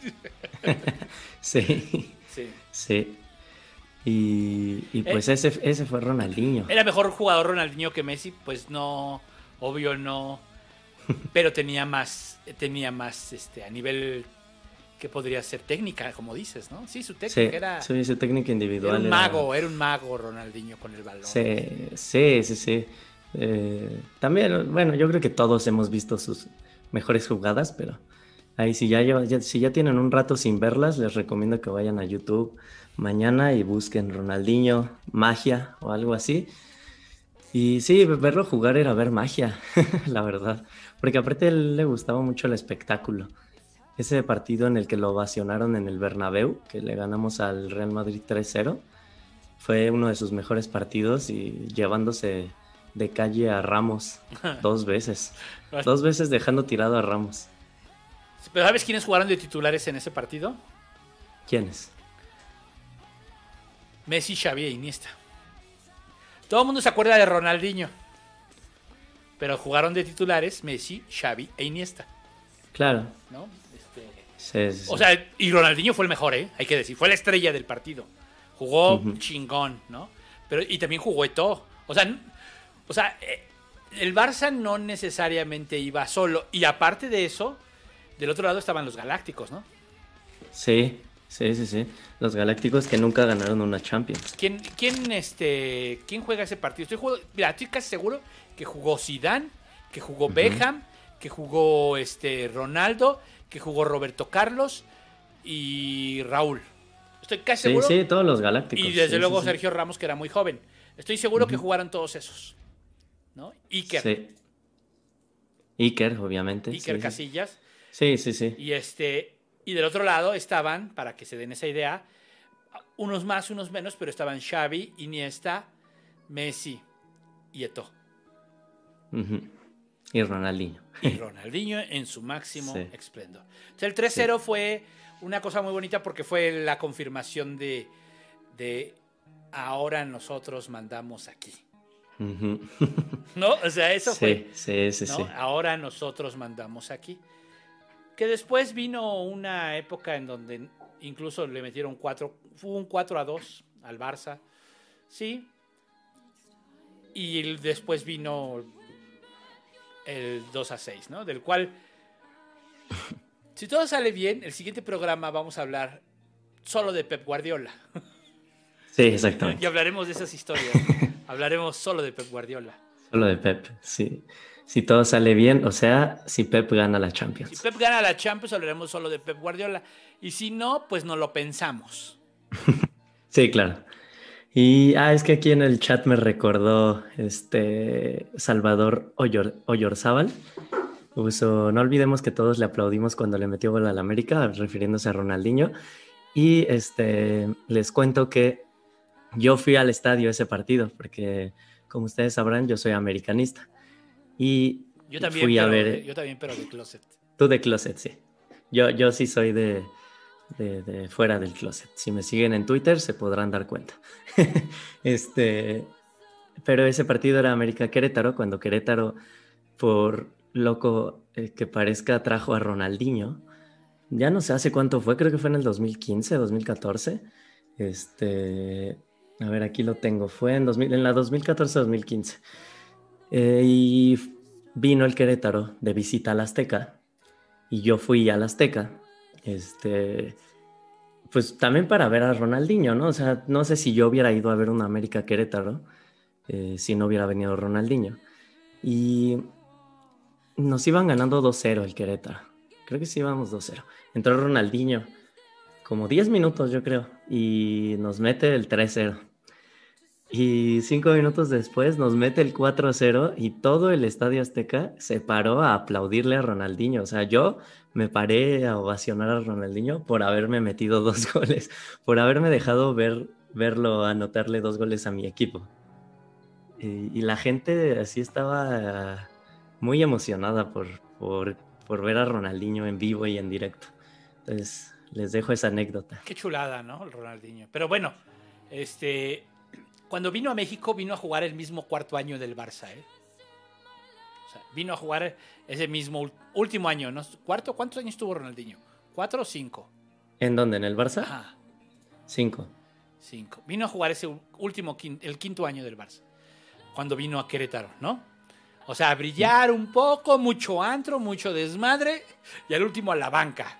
S1: Sí,
S2: Sí.
S1: sí. Y, y
S2: Eh,
S1: pues ese, ese fue Ronaldinho.
S2: ¿Era mejor jugador Ronaldinho que Messi? Pues no, obvio no. Pero tenía más, tenía más, este, a nivel que podría ser técnica, como dices, ¿no? Sí, su técnica
S1: Sí,
S2: era,
S1: sí, su técnica
S2: era
S1: individual
S2: un
S1: era.
S2: mago, era un mago Ronaldinho con el balón.
S1: Sí, sí, sí, sí. Eh, también, bueno, yo creo que todos hemos visto sus mejores jugadas, pero ahí si ya, lleva- ya- si ya tienen un rato sin verlas, les recomiendo que vayan a YouTube mañana y busquen Ronaldinho, magia o algo así. Y sí, verlo jugar era ver magia, la verdad, porque aparte a él le gustaba mucho el espectáculo. Ese partido en el que lo ovacionaron en el Bernabéu, que le ganamos al Real Madrid tres cero, fue uno de sus mejores partidos y llevándose de calle a Ramos dos veces. Dos veces dejando tirado a Ramos.
S2: ¿Pero sabes quiénes jugaron de titulares en ese partido?
S1: ¿Quiénes?
S2: Messi, Xavi e Iniesta. Todo el mundo se acuerda de Ronaldinho, pero jugaron de titulares Messi, Xavi e Iniesta,
S1: Claro.
S2: ¿no? Este,
S1: Sí, sí,
S2: o
S1: sí.
S2: sea, y Ronaldinho fue el mejor, ¿eh? Hay que decir, fue la estrella del partido. Jugó
S1: Ujú.
S2: chingón, ¿no? Pero, y también jugó Eto'o. O sea, n- o sea, eh, el Barça no necesariamente iba solo. Y aparte de eso, del otro lado estaban los Galácticos, ¿no?
S1: Sí, sí, sí, sí. Los Galácticos que nunca ganaron una Champions.
S2: ¿Quién, quién, este, ¿quién juega ese partido? Estoy jugando, mira, estoy casi seguro que jugó Zidane, que jugó
S1: Ujú.
S2: Beckham, que jugó este, Ronaldo, que jugó Roberto Carlos y Raúl. Estoy casi
S1: Sí,
S2: seguro.
S1: sí, todos los
S2: Y
S1: Galácticos.
S2: desde
S1: Sí, sí,
S2: luego
S1: sí.
S2: Sergio Ramos, que era muy joven. Estoy seguro que
S1: Ujú.
S2: jugaron todos esos, ¿no? Iker,
S1: Sí. Iker, obviamente.
S2: Iker
S1: Sí, sí, sí.
S2: Casillas.
S1: Sí, sí, sí.
S2: Y este, y del otro lado estaban, para que se den esa idea, unos más, unos menos, pero estaban Xavi, Iniesta, Messi y Eto'o.
S1: Ujú. Y Ronaldinho.
S2: Y Ronaldinho en su máximo
S1: Sí,
S2: esplendor. Entonces el tres cero
S1: sí.
S2: fue una cosa muy bonita porque fue la confirmación de, de ahora nosotros mandamos aquí.
S1: Ujú.
S2: ¿No? O sea, eso fue,
S1: Sí, sí, sí,
S2: ¿no?
S1: sí.
S2: Ahora nosotros mandamos aquí. Que después vino una época en donde incluso le metieron cuatro, fue un cuatro a dos al Barça, sí. Y después vino el dos a seis, ¿no? Del cual, si todo sale bien, el siguiente programa vamos a hablar solo de Pep Guardiola.
S1: Sí,
S2: Y
S1: exactamente.
S2: hablaremos de esas historias. Hablaremos solo de Pep Guardiola.
S1: Solo de Pep, sí. Si todo sale bien, o sea, si Pep gana la
S2: Si
S1: Champions.
S2: Pep gana la Champions, hablaremos solo de Pep Guardiola. Y si no, pues no lo pensamos.
S1: Sí, claro. Y ah, es que aquí en el chat me recordó este Salvador Oyor, Oyarzábal. Puso, no olvidemos que todos le aplaudimos cuando le metió gol al América, refiriéndose a Ronaldinho. Y este les cuento que yo fui al estadio ese partido, porque como ustedes sabrán, yo soy americanista. Y
S2: Yo también,
S1: fui a
S2: pero de,
S1: ver,
S2: yo también, pero de closet.
S1: tú de closet, sí. Yo, yo sí soy de, de, de fuera del closet. Si me siguen en Twitter se podrán dar cuenta. este, pero ese partido era América Querétaro, cuando Querétaro, por loco eh, que parezca, trajo a Ronaldinho. Ya no sé hace cuánto fue, creo que fue en el dos mil quince, dos mil catorce. Este, a ver, aquí lo tengo. Fue en, dos mil, en la dos mil catorce dos mil quince. Eh, y vino el Querétaro de visita al Azteca. Y yo fui al Azteca. Este, pues también para ver a Ronaldinho, ¿no? O sea, no sé si yo hubiera ido a ver una América Querétaro eh, si no hubiera venido Ronaldinho. Y nos iban ganando dos cero el Querétaro. Creo que sí íbamos dos cero. Entró Ronaldinho como diez minutos, yo creo, y nos mete el tres cero. Y cinco minutos después nos mete el cuatro cero y todo el Estadio Azteca se paró a aplaudirle a Ronaldinho. O sea, yo me paré a ovacionar a Ronaldinho por haberme metido dos goles, por haberme dejado ver, verlo anotarle dos goles a mi equipo. Y, y la gente así estaba muy emocionada por, por, por ver a Ronaldinho en vivo y en directo. Entonces, les dejo esa anécdota.
S2: Qué chulada, ¿no? El Ronaldinho. Pero bueno, este... Cuando vino a México, vino a jugar el mismo cuarto año del Barça, ¿eh? O sea, vino a jugar ese mismo último año, ¿no? ¿Cuarto? ¿Cuántos años tuvo Ronaldinho? ¿Cuatro o cinco?
S1: ¿En dónde? ¿En el Barça?
S2: Ajá.
S1: Cinco.
S2: Cinco. Vino a jugar ese último, el quinto año del Barça. Cuando vino a Querétaro, ¿no? O sea, a brillar un poco, mucho antro, mucho desmadre, y al último a la banca.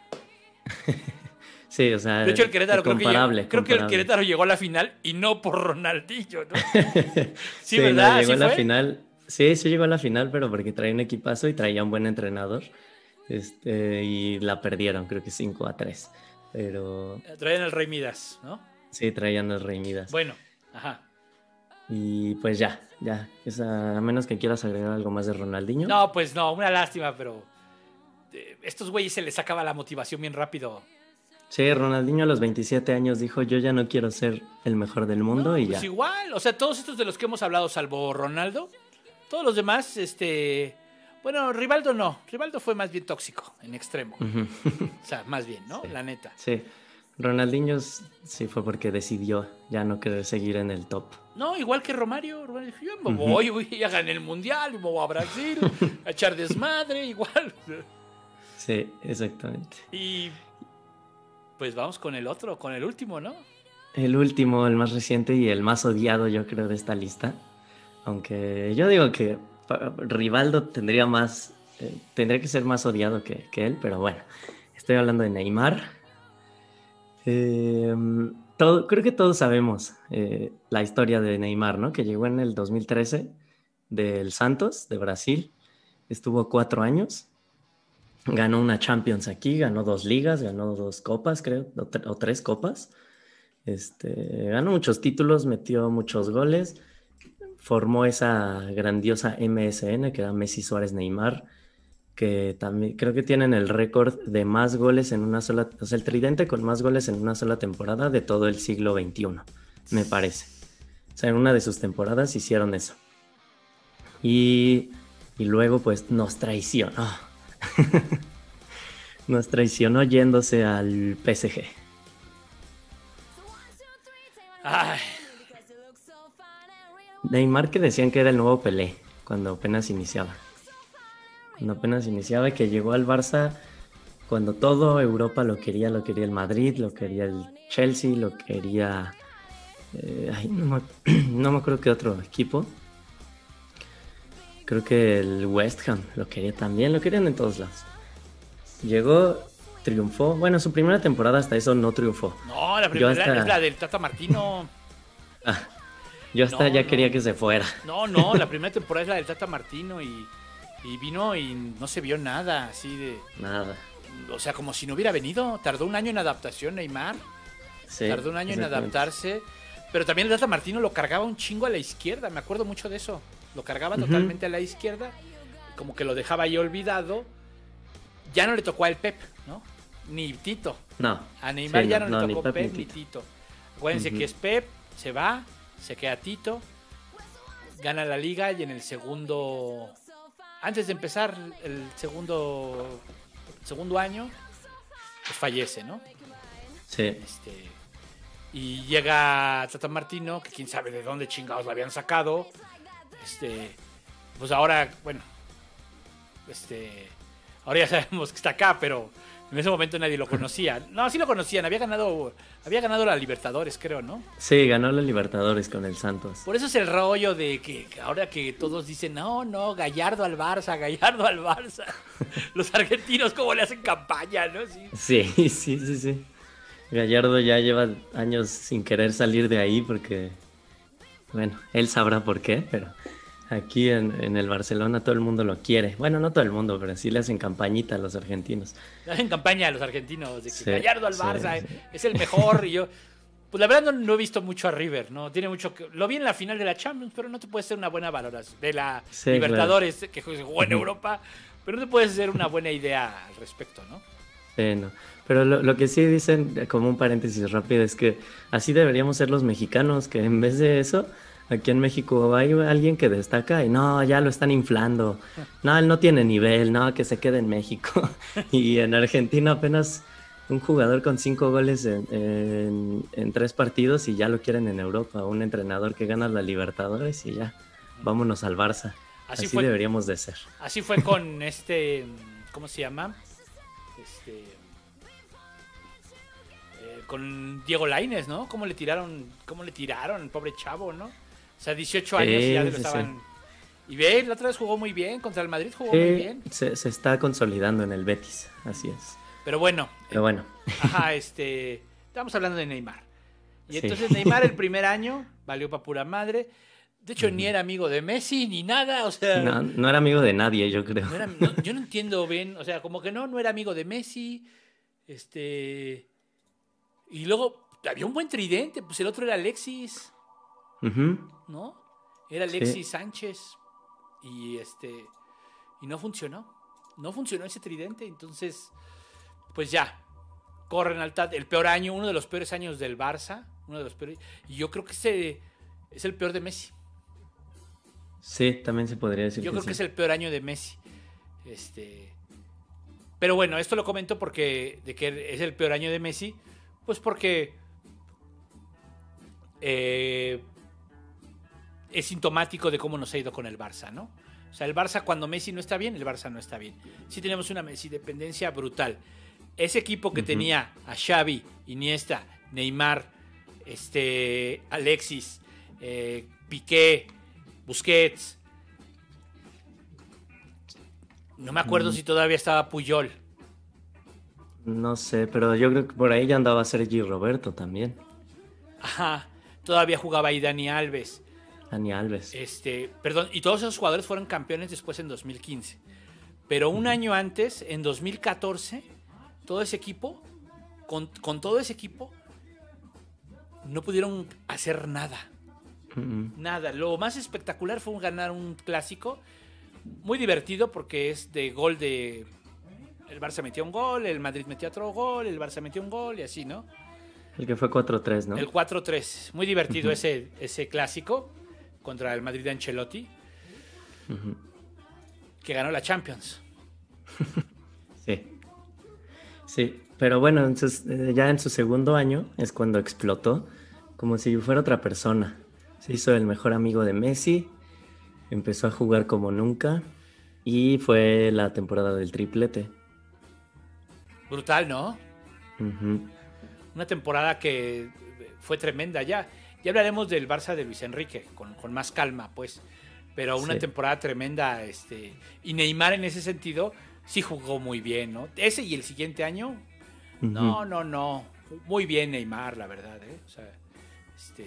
S1: Sí, o sea,
S2: de hecho, el Querétaro creo, que, llegó, creo que el Querétaro llegó a la final y no por Ronaldinho, ¿no? Sí,
S1: sí, ¿verdad? No, llegó ¿Sí a la fue? final. Sí, sí llegó a la final, pero porque traía un equipazo y traía un buen entrenador. Este, y la perdieron, creo que cinco a tres. Pero...
S2: Traían el Rey Midas, ¿no?
S1: Sí, traían el Rey Midas.
S2: Bueno, ajá.
S1: Y pues ya, ya. Esa, a menos que quieras agregar algo más de Ronaldinho.
S2: No, pues no, una lástima, pero eh, estos güeyes se les sacaba la motivación bien rápido.
S1: Sí, Ronaldinho a los veintisiete años dijo, yo ya no quiero ser el mejor del mundo, no, y
S2: pues
S1: ya.
S2: Igual, o sea, todos estos de los que hemos hablado, salvo Ronaldo, todos los demás, este... Bueno, Rivaldo no, Rivaldo fue más bien tóxico, en extremo. Uh-huh. O sea, más bien, ¿no?
S1: Sí.
S2: La neta.
S1: Sí, Ronaldinho sí fue porque decidió ya no querer seguir en el top.
S2: No, igual que Romario, Romario dijo, yo me voy, uh-huh. voy a ganar el Mundial, me voy a Brasil, a echar desmadre, igual.
S1: Sí, exactamente.
S2: Y... Pues vamos con el otro, con el último, ¿no?
S1: El último, el más reciente y el más odiado, yo creo, de esta lista. Aunque yo digo que Rivaldo tendría más, eh, tendría que ser más odiado que, que él, pero bueno, estoy hablando de Neymar. Eh, todo, creo que todos sabemos eh, la historia de Neymar, ¿no? Que llegó en el dos mil trece del Santos, de Brasil. Estuvo cuatro años. Ganó una Champions aquí, ganó dos ligas, ganó dos copas, creo, o, tre- o tres copas. Este, ganó muchos títulos, metió muchos goles, formó esa grandiosa M S N que era Messi, Suárez, Neymar, que también creo que tienen el récord de más goles en una sola, o sea, el tridente con más goles en una sola temporada de todo el siglo veintiuno, me parece. O sea, en una de sus temporadas hicieron eso. Y, y luego pues nos traicionó. Nos traicionó yéndose al P S G.
S2: Ay.
S1: Neymar, que decían que era el nuevo Pelé cuando apenas iniciaba. Cuando apenas iniciaba y que llegó al Barça cuando todo Europa lo quería, lo quería el Madrid, lo quería el Chelsea, lo quería... Eh, ay, no, me, no me acuerdo qué otro equipo. Creo que el West Ham lo quería también, lo querían en todos lados. Llegó, triunfó. Bueno, su primera temporada hasta eso no triunfó.
S2: No, la primera hasta... es la del Tata Martino.
S1: Ah, yo hasta no, ya no. quería que se fuera.
S2: No, no, la primera temporada es la del Tata Martino y, y vino y no se vio nada así de...
S1: Nada.
S2: O sea, como si no hubiera venido. Tardó un año en adaptación Neymar. Sí, Tardó un año en adaptarse. Pero también el Tata Martino lo cargaba un chingo a la izquierda. Me acuerdo mucho de eso. Lo cargaba uh-huh. totalmente a la izquierda. Como que lo dejaba ahí olvidado. Ya no le tocó a el Pep, ¿no? Ni Tito.
S1: No.
S2: A Neymar sí, ya no, no, no le tocó
S1: Pep,
S2: Pep ni Tito. Ni Tito. Acuérdense uh-huh. que es Pep, se va, se queda Tito, gana la liga y en el segundo... Antes de empezar el segundo, segundo año, pues fallece, ¿no?
S1: Sí.
S2: Este, y llega Tata Martino, que quién sabe de dónde chingados la habían sacado. Este, pues ahora, bueno, este... Ahora ya sabemos que está acá, pero en ese momento nadie lo conocía. No, sí lo conocían. Había ganado, había ganado la Libertadores, creo, ¿no?
S1: Sí, ganó la Libertadores con el Santos.
S2: Por eso es el rollo de que ahora que todos dicen, no, no, Gallardo al Barça, Gallardo al Barça. Los argentinos cómo le hacen campaña, ¿no? Sí,
S1: sí, sí, sí, sí. Gallardo ya lleva años sin querer salir de ahí porque, bueno, él sabrá por qué, pero... Aquí en, en el Barcelona todo el mundo lo quiere. Bueno, no todo el mundo, pero sí le hacen campañita a los argentinos.
S2: Le hacen campaña a los argentinos de que sí, Gallardo al Barça sí, sí. es el mejor. Y yo, Pues la verdad no, no he visto mucho a River, ¿no? Tiene mucho que... Lo vi en la final de la Champions, pero no te puedes hacer una buena valoración. De la
S1: Sí,
S2: Libertadores,
S1: claro.
S2: que jugó en Europa, pero no te puedes hacer una buena idea al respecto, ¿no?
S1: Sí, no. Pero lo, lo que sí dicen, eh, como un paréntesis rápido, es que así deberíamos ser los mexicanos, que en vez de eso, aquí en México hay alguien que destaca y no, ya lo están inflando. No, él no tiene nivel, no, que se quede en México. Y en Argentina apenas un jugador con cinco goles en, en, en tres partidos y ya lo quieren en Europa. Un entrenador que gana la Libertadores y ya, vámonos al Barça.
S2: Así
S1: Así
S2: fue,
S1: deberíamos de ser.
S2: así fue con este, ¿cómo se llama? Este, eh, con Diego Lainez, ¿no? ¿Cómo le tiraron, cómo le tiraron, pobre chavo, ¿no? O sea, dieciocho años y ya
S1: Sí,
S2: lo
S1: sí,
S2: estaban...
S1: sí.
S2: Y ve, la otra vez jugó muy bien, contra el Madrid jugó muy
S1: Sí,
S2: bien.
S1: se, se está consolidando en el Betis, así es.
S2: Pero bueno,
S1: Pero bueno,
S2: ajá, este, estamos hablando de Neymar. Y
S1: sí.
S2: entonces Neymar el primer año valió para pura madre. De hecho, ni era amigo de Messi ni nada, o sea,
S1: No, no era amigo de nadie, yo creo.
S2: no era- no- yo no entiendo bien, o sea, como que no, no era amigo de Messi, este, y luego había un buen tridente, pues el otro era Alexis,
S1: Ujú,
S2: ¿no? Era
S1: sí.
S2: Alexis Sánchez y este, y no funcionó, no funcionó ese tridente, entonces, pues ya, corren al tat, el peor año, uno de los peores años del Barça, uno de los peores, y yo creo que ese es el peor de Messi.
S1: Sí, también se podría decir
S2: Yo
S1: que
S2: creo que
S1: sí.
S2: es el peor año de Messi. Este, pero bueno, esto lo comento porque de que es el peor año de Messi, pues porque eh, es sintomático de cómo nos ha ido con el Barça, ¿no? O sea, el Barça cuando Messi no está bien, el Barça no está bien. Sí tenemos una Messi dependencia brutal. Ese equipo que
S1: Ujú.
S2: tenía a Xavi, Iniesta, Neymar, este, Alexis, eh, Piqué, Busquets. No me acuerdo
S1: Mm,
S2: si todavía estaba Puyol.
S1: No sé, pero yo creo que por ahí ya andaba Sergi Roberto también.
S2: Ajá. Todavía jugaba ahí Dani Alves.
S1: Dani Alves.
S2: Este, perdón, y todos esos jugadores fueron campeones después en dos mil quince. Pero un año antes, en dos mil catorce, todo ese equipo, con, con todo ese equipo, no pudieron hacer nada.
S1: Mm,
S2: Nada. Lo más espectacular fue ganar un clásico. Muy divertido porque es de gol de... El Barça metió un gol, el Madrid metió otro gol, el Barça metió un gol y así, ¿no?
S1: El que fue cuatro tres, ¿no?
S2: El cuatro tres. Muy divertido
S1: Ujú.
S2: ese, ese clásico contra el Madrid de Ancelotti,
S1: Ujú.
S2: que ganó la Champions.
S1: Sí. Sí, pero bueno, entonces eh, ya en su segundo año es cuando explotó, como si fuera otra persona. Se hizo el mejor amigo de Messi, empezó a jugar como nunca y fue la temporada del triplete.
S2: Brutal, ¿no?
S1: Ujú.
S2: Una temporada que fue tremenda ya. Ya hablaremos del Barça de Luis Enrique, con, con más calma, pues. Pero una
S1: Sí.
S2: temporada tremenda, este. Y Neymar en ese sentido sí jugó muy bien, ¿no? Ese y el siguiente año.
S1: Ujú.
S2: No, no, no. Muy bien Neymar, la verdad, ¿eh? O sea, este.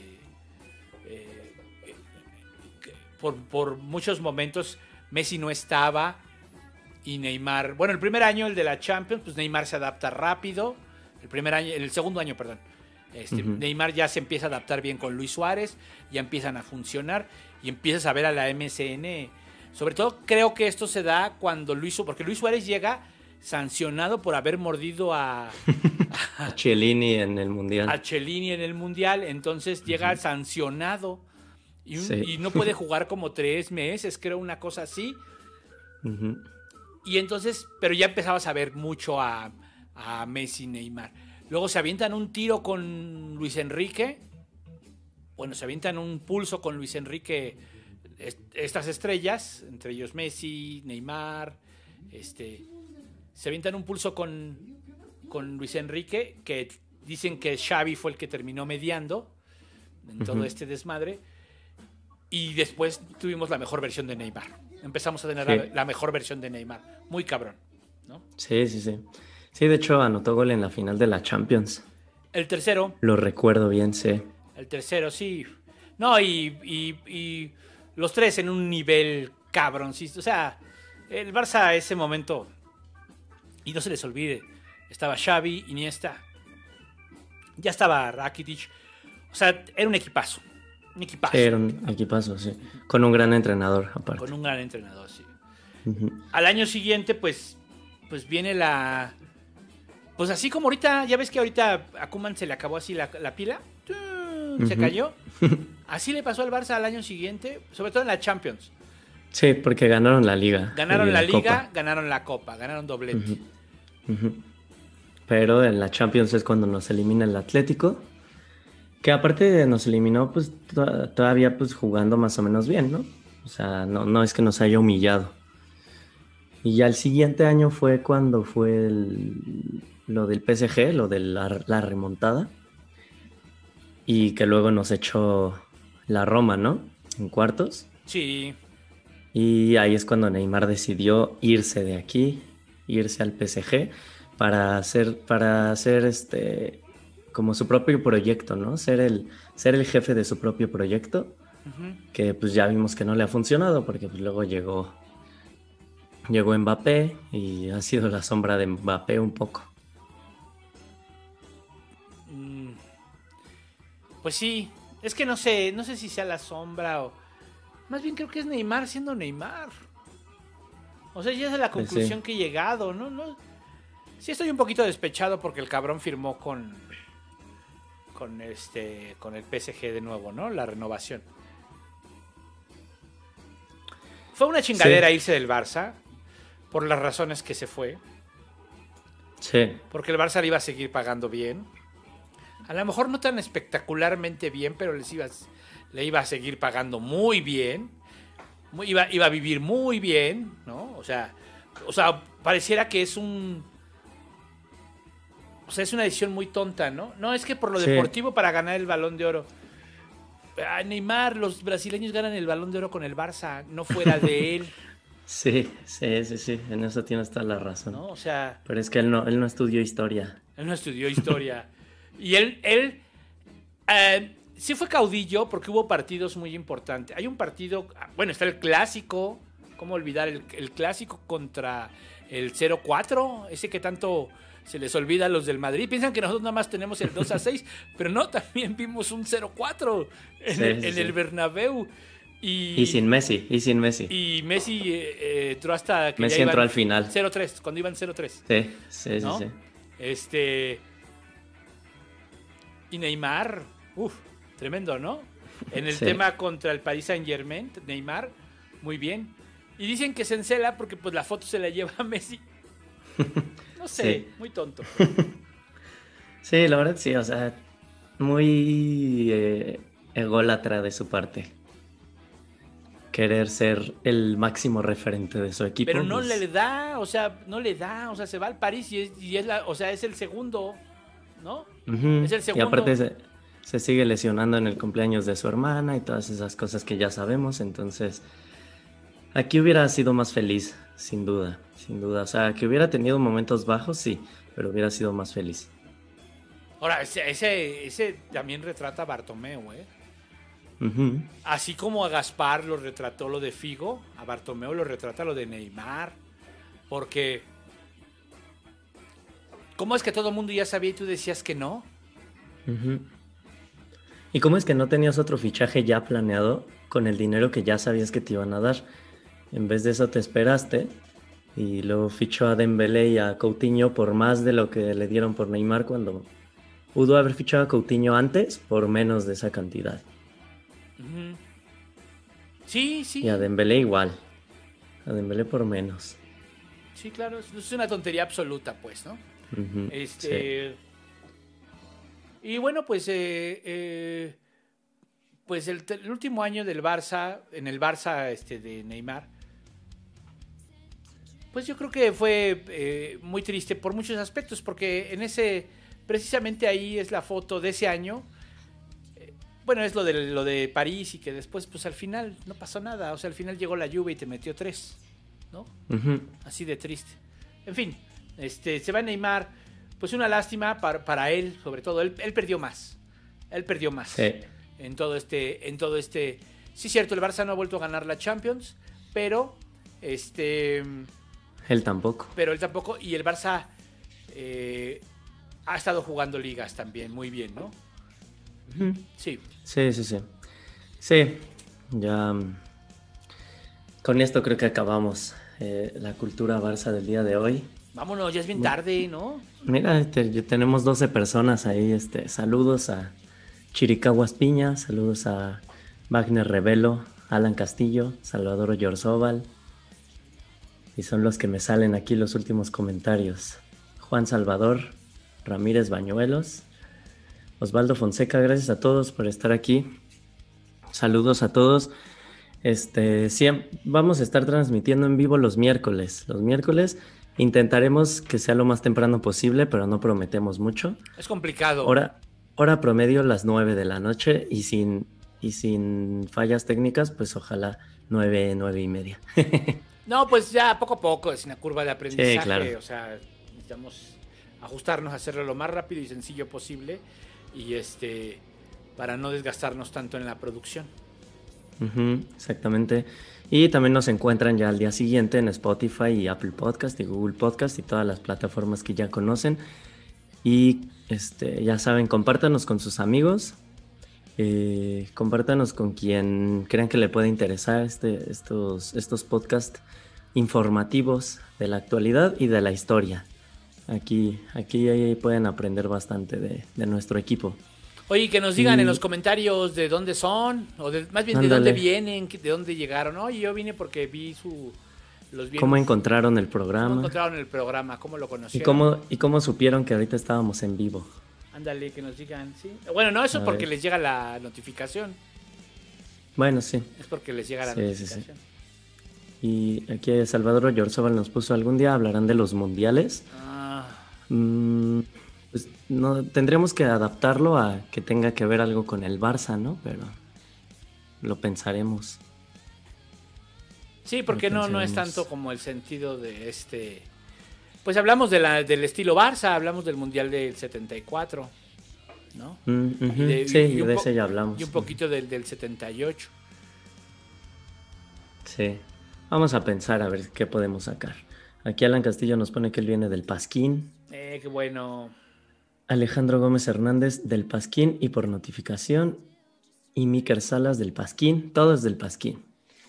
S2: eh, eh, por, por muchos momentos Messi no estaba y Neymar, bueno, el primer año, el de la Champions, pues Neymar se adapta rápido. El primer año, el segundo año, perdón. Este,
S1: Ujú.
S2: Neymar ya se empieza a adaptar bien con Luis Suárez, ya empiezan a funcionar y empiezas a ver a la M S N. Sobre todo creo que esto se da cuando Luis, porque Luis Suárez llega sancionado por haber mordido a,
S1: A Chiellini en el Mundial.
S2: a Cellini en el Mundial, entonces llega sancionado y, un-
S1: Sí.
S2: y no puede jugar como tres meses, creo, una cosa así.
S1: Ujú.
S2: Y entonces, pero ya empezabas a ver mucho a, a Messi y Neymar. Luego se avientan un tiro con Luis Enrique. Bueno, se avientan un pulso con Luis Enrique, est- estas estrellas, entre ellos Messi, Neymar, este, se avientan un pulso con, con Luis Enrique, que dicen que Xavi fue el que terminó mediando en todo
S1: Ujú.
S2: este desmadre. Y después tuvimos la mejor versión de Neymar. Empezamos a tener
S1: Sí.
S2: la, la mejor versión de Neymar. Muy cabrón, ¿no?
S1: Sí, sí, sí. Sí, de hecho anotó gol en la final de la Champions.
S2: El tercero,
S1: Lo recuerdo bien, sí.
S2: el tercero, sí. No, y, y- y los tres en un nivel cabrón. Sí. O sea, el Barça a ese momento, y no se les olvide, estaba Xavi, Iniesta, ya estaba Rakitic. O sea, era un equipazo. Un equipazo.
S1: Sí, era un equipazo, sí. Con un gran entrenador, aparte.
S2: Con un gran entrenador, sí.
S1: Uh-huh.
S2: Al año siguiente, pues, pues viene la... Pues así como ahorita, ya ves que ahorita a Koeman se le acabó así la, la pila. Uh-huh. Se cayó. Así le pasó al Barça al año siguiente, sobre todo en la Champions.
S1: Sí, porque ganaron la Liga.
S2: Ganaron la, la Liga,
S1: Copa.
S2: Ganaron la Copa, ganaron doblete.
S1: Uh-huh. Uh-huh. Pero en la Champions es cuando nos elimina el Atlético. Que aparte nos eliminó, pues to- todavía pues jugando más o menos bien, ¿no? O sea, no, no es que nos haya humillado. Y ya el siguiente año fue cuando fue el, lo del P S G, lo de la, la remontada. Y que luego nos echó la Roma, ¿no? En cuartos.
S2: Sí.
S1: Y ahí es cuando Neymar decidió irse de aquí, irse al P S G para hacer, para hacer este... como su propio proyecto, ¿no? Ser el, ser el jefe de su propio proyecto, uh-huh. Que pues ya vimos que no le ha funcionado porque pues luego llegó, llegó Mbappé y ha sido la sombra de Mbappé un poco.
S2: Mm, pues sí, es que no sé, no sé si sea la sombra o... Más bien creo que es Neymar siendo Neymar. O sea, ya es la conclusión pues sí. que he llegado, ¿no? no Sí estoy un poquito despechado porque el cabrón firmó con... con este con el P S G de nuevo, ¿no? La renovación. Fue una chingadera sí. irse del Barça por las razones que se fue.
S1: Sí.
S2: Porque el Barça le iba a seguir pagando bien. A lo mejor no tan espectacularmente bien, pero les iba, le iba a seguir pagando muy bien. Muy, iba, iba a vivir muy bien, ¿no? O sea, o sea, pareciera que es un... O sea, es una decisión muy tonta, ¿no? No, es que por lo sí. deportivo para ganar el Balón de Oro. A Neymar, los brasileños ganan el Balón de Oro con el Barça, no fuera de él.
S1: Sí, sí, sí, sí, en eso tienes toda la razón.
S2: ¿No? O sea...
S1: Pero es que él no, él no estudió historia.
S2: Él no estudió historia. Y él, él eh, sí fue caudillo porque hubo partidos muy importantes. Hay un partido, bueno, está el clásico, ¿cómo olvidar el, el clásico contra el cero cuatro? Ese que tanto... se les olvida a los del Madrid. Piensan que nosotros nada más tenemos el dos a seis, pero no, también vimos un cero cuatro en, sí, el, sí, en sí. el Bernabéu. Y,
S1: y sin Messi, y sin Messi.
S2: Y Messi eh, eh, entró hasta que
S1: Messi
S2: ya
S1: entró
S2: iban
S1: al final.
S2: cero tres, cuando iban cero tres.
S1: Sí, sí,
S2: ¿no?
S1: sí, sí.
S2: Este... Y Neymar, uff, tremendo, ¿no? En el sí. tema contra el Paris Saint-Germain, Neymar, muy bien. Y dicen que se encela porque pues la foto se la lleva a Messi. No sé, sí. muy tonto.
S1: Sí, la verdad sí, o sea, muy eh, ególatra de su parte. Querer ser el máximo referente de su equipo.
S2: Pero no
S1: pues...
S2: le da, o sea, no le da, o sea, se va al París y es, y es la, o sea, es el segundo, ¿no?
S1: Uh-huh.
S2: Es el segundo.
S1: Y aparte se, se sigue lesionando en el cumpleaños de su hermana y todas esas cosas que ya sabemos, entonces aquí hubiera sido más feliz, sin duda, sin duda. O sea, que hubiera tenido momentos bajos, sí, pero hubiera sido más feliz.
S2: Ahora, ese, ese, ese también retrata a Bartomeu, ¿eh?
S1: Uh-huh.
S2: Así como a Gaspar lo retrató lo de Figo, a Bartomeu lo retrata lo de Neymar. Porque... ¿cómo es que todo el mundo ya sabía y tú decías que no?
S1: Uh-huh. ¿Y cómo es que no tenías otro fichaje ya planeado con el dinero que ya sabías que te iban a dar? En vez de eso te esperaste y luego fichó a Dembélé y a Coutinho por más de lo que le dieron por Neymar, cuando pudo haber fichado a Coutinho antes por menos de esa cantidad.
S2: Uh-huh. Sí, sí.
S1: Y a Dembélé igual. A Dembélé por menos.
S2: Sí, claro, es una tontería absoluta, pues, ¿no?
S1: Uh-huh.
S2: Este... Sí. Y bueno, pues eh, eh, pues el, el último año del Barça, en el Barça este, de Neymar, pues yo creo que fue eh, muy triste por muchos aspectos, porque en ese, precisamente ahí es la foto de ese año. Eh, bueno, es lo de, lo de París y que después, pues al final no pasó nada. O sea, al final llegó la Juve y te metió tres, ¿no?
S1: Uh-huh.
S2: Así de triste. En fin, este, se va Neymar. Pues una lástima para, para él, sobre todo. Él, él perdió más. Él perdió más.
S1: Sí.
S2: En todo este, en todo este. Sí, cierto, el Barça no ha vuelto a ganar la Champions, pero este.
S1: Él tampoco.
S2: Pero él tampoco. Y el Barça eh, ha estado jugando ligas también, muy bien, ¿no?
S1: Ujú.
S2: Sí.
S1: Sí, sí, sí. Sí, ya mm, con esto creo que acabamos eh, la cultura Barça del día de hoy.
S2: Vámonos, ya es bien
S1: Mi-
S2: tarde, ¿no?
S1: Mira, este, ya tenemos doce personas ahí. Este, saludos a Chiricahuas Piña, saludos a Wagner Revelo, Alan Castillo, Salvador Oyorzóbal, y son los que me salen aquí los últimos comentarios. Juan Salvador Ramírez Bañuelos, Osvaldo Fonseca, gracias a todos por estar aquí. Saludos a todos. Este, sí, vamos a estar transmitiendo en vivo los miércoles. Los miércoles intentaremos que sea lo más temprano posible, pero no prometemos mucho.
S2: Es complicado.
S1: Hora, hora promedio las nueve de la noche y sin, y sin fallas técnicas, pues ojalá nueve, nueve y media.
S2: No, pues ya poco a poco, sin la curva de aprendizaje.
S1: Sí, claro.
S2: O sea, necesitamos ajustarnos a hacerlo lo más rápido y sencillo posible. Y este, para no desgastarnos tanto en la producción.
S1: Ujú, exactamente. Y también nos encuentran ya al día siguiente en Spotify y Apple Podcast y Google Podcast y todas las plataformas que ya conocen. Y este, ya saben, compártanos con sus amigos, eh, compártanos con quien crean que le pueda interesar este, estos, estos podcasts informativos de la actualidad y de la historia. Aquí, aquí ahí pueden aprender bastante de, de nuestro equipo.
S2: Oye, que nos digan
S1: Y-
S2: en los comentarios de dónde son, o de, más bien de
S1: Ándale.
S2: dónde vienen, de dónde llegaron. Oye, yo vine porque vi su... Los vi en
S1: ¿Cómo
S2: un-
S1: encontraron el
S2: ¿Cómo
S1: programa?
S2: encontraron el programa? ¿Cómo lo
S1: ¿Y
S2: conocieron?
S1: cómo, ¿Y cómo supieron que ahorita estábamos en vivo?
S2: Ándale, que nos digan, sí. Bueno, no, eso
S1: A
S2: es porque
S1: ver.
S2: les llega la notificación.
S1: Bueno, sí.
S2: Es porque les llega la
S1: Sí, sí,
S2: notificación.
S1: Y aquí Salvador Oyorzóbal nos puso, algún día hablarán de los mundiales.
S2: Ah,
S1: Mm, pues no, tendremos que adaptarlo a que tenga que ver algo con el Barça, ¿no? Pero lo pensaremos.
S2: sí, porque
S1: Lo
S2: no, no es
S1: pensaremos.
S2: tanto como el sentido de este... Pues hablamos de la, del estilo Barça, hablamos del Mundial del setenta y cuatro, ¿no?
S1: Mm, ujú.
S2: Y de-
S1: Sí,
S2: y un
S1: de
S2: po-
S1: ese ya hablamos.
S2: Y un poquito del, del setenta y ocho.
S1: Sí. Vamos a pensar a ver qué podemos sacar. Aquí Alan Castillo nos pone que él viene del Pasquín.
S2: Eh, qué bueno.
S1: Alejandro Gómez Hernández del Pasquín y por notificación. Y Miker Salas del Pasquín. Todos del Pasquín.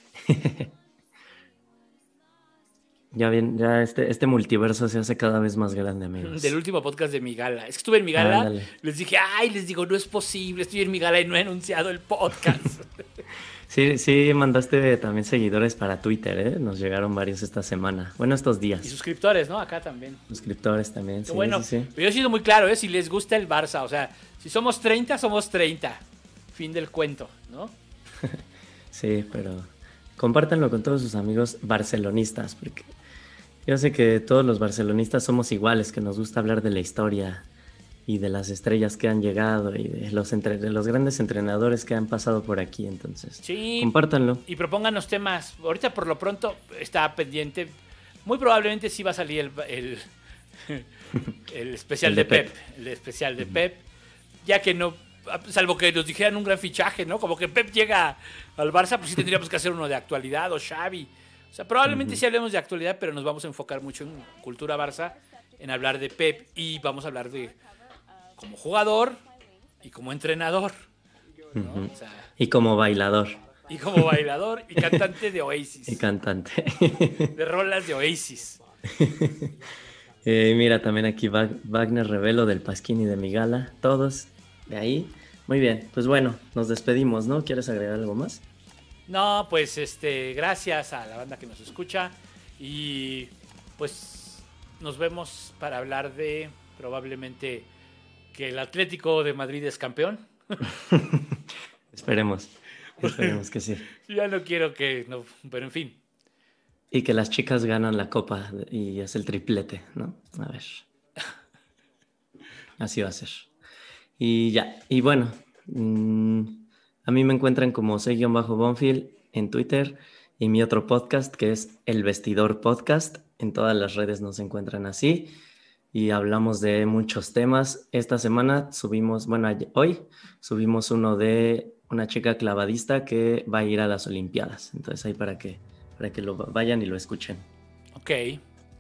S1: Ya bien, ya este, este multiverso se hace cada vez más grande, amigos.
S2: Del último podcast de mi gala. Es que estuve en mi gala,
S1: Ándale.
S2: les dije, ay, les digo, no es posible, estoy en mi gala y no he anunciado el podcast.
S1: Sí, sí, mandaste también seguidores para Twitter, ¿eh? Nos llegaron varios esta semana. Bueno, estos
S2: Y
S1: días.
S2: suscriptores, ¿no? Acá también.
S1: Suscriptores también,
S2: Qué
S1: sí,
S2: bueno,
S1: sí, sí.
S2: pero yo he sido muy claro, ¿eh? Si les gusta el Barça, o sea, si somos treinta, somos treinta. Fin del cuento, ¿no?
S1: Sí, pero compártanlo con todos sus amigos barcelonistas, porque yo sé que todos los barcelonistas somos iguales, que nos gusta hablar de la historia y de las estrellas que han llegado y de los, entre- de los grandes entrenadores que han pasado por aquí, entonces
S2: Sí.
S1: compártanlo.
S2: Y propónganos temas. Ahorita por lo pronto está pendiente. Muy probablemente sí va a salir el, el, el especial
S1: El
S2: de,
S1: de
S2: Pep.
S1: Pep.
S2: El especial de Pep. Ya que no, salvo que nos dijeran un gran fichaje, ¿no? Como que Pep llega al Barça, pues sí tendríamos que hacer uno de actualidad o Xavi. O sea, probablemente sí hablemos de actualidad, pero nos vamos a enfocar mucho en cultura Barça, en hablar de Pep y vamos a hablar de como jugador y como entrenador, ¿no?
S1: Ujú.
S2: O sea,
S1: Y como bailador
S2: y como bailador y cantante de Oasis.
S1: y cantante.
S2: De rolas de Oasis.
S1: Eh, mira, también aquí Wag- Wagner Revelo del Pasquín y de Migala, todos de ahí. Muy bien, pues bueno, nos despedimos, ¿no? ¿Quieres agregar algo más?
S2: No, pues este, gracias a la banda que nos escucha y pues nos vemos para hablar de probablemente que el Atlético de Madrid es campeón.
S1: Esperemos, esperemos que sí.
S2: Ya no quiero que, no, pero en fin.
S1: Y que las chicas ganan la copa y es el triplete, ¿no? A ver. Así va a ser. Y ya, y bueno, mm, a mí me encuentran como soy-bonfield en Twitter y mi otro podcast que es El Vestidor Podcast. En todas las redes nos encuentran así y hablamos de muchos temas. Esta semana subimos, bueno, ayer- hoy subimos uno de una chica clavadista que va a ir a las Olimpiadas. Entonces ahí para que, para que lo vayan y lo escuchen.
S2: Ok.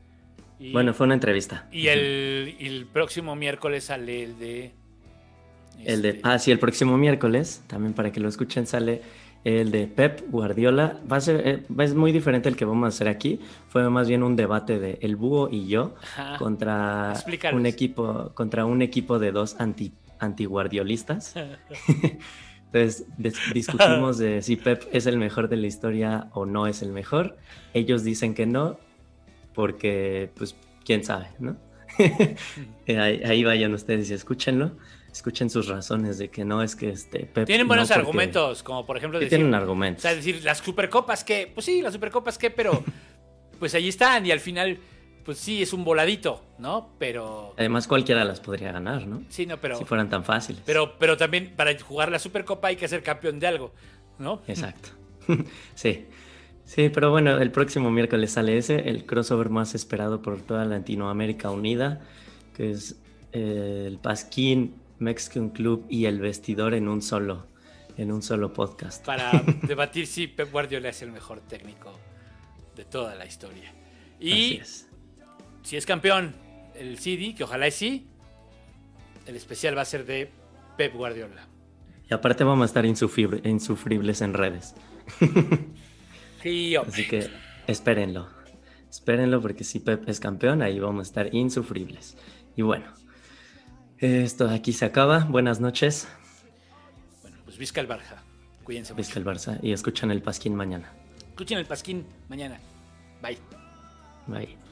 S2: Y,
S1: Bueno, fue una entrevista.
S2: y el, y el próximo miércoles sale el de
S1: El de,
S2: Este,
S1: ah, sí, el próximo miércoles, también para que lo escuchen, sale el de Pep Guardiola. Va a ser, eh, es muy diferente el que vamos a hacer aquí. Fue más bien un debate de El Búho y yo
S2: ajá,
S1: contra un
S2: explícalos.
S1: equipo, contra un equipo de dos anti, antiguardiolistas. Entonces dis- discutimos de si Pep es el mejor de la historia o no es el mejor. Ellos dicen que no, porque, pues, quién sabe, ¿no? Eh, ahí, ahí vayan ustedes y escúchenlo. Escuchen sus razones de que no es que este Pep
S2: Tienen
S1: no,
S2: buenos
S1: porque
S2: argumentos, como por ejemplo
S1: sí
S2: decir,
S1: tienen
S2: o sea,
S1: argumentos.
S2: decir, las supercopas que, pues sí, las supercopas que, pero pues ahí están y al final, pues sí, es un voladito, ¿no? Pero,
S1: Además, cualquiera las podría ganar, ¿no?
S2: sí, no,
S1: Si
S2: pero,
S1: fueran tan fáciles.
S2: pero, pero también para jugar la supercopa hay que ser campeón de algo, ¿no?
S1: Exacto. Sí. Sí, pero bueno, el próximo miércoles sale ese, el crossover más esperado por toda Latinoamérica Unida, que es eh, el Pasquín, Mexican Club y el Vestidor en un solo, en un solo podcast.
S2: Para debatir si Pep Guardiola es el mejor técnico de toda la historia.
S1: Así
S2: Y
S1: es.
S2: si es campeón el C D, que ojalá es sí, el especial va a ser de Pep Guardiola.
S1: Y aparte vamos a estar insufrible- insufribles en redes.
S2: Sí, hombre.
S1: Así que espérenlo. Espérenlo porque si Pep es campeón, ahí vamos a estar insufribles. Y bueno, esto aquí se acaba. Buenas noches.
S2: Bueno, pues Vizca el Barja. Cuídense
S1: Vizca
S2: mucho.
S1: el Barça y escuchan el Pasquín mañana.
S2: Escuchen el Pasquín mañana. Bye.
S1: Bye.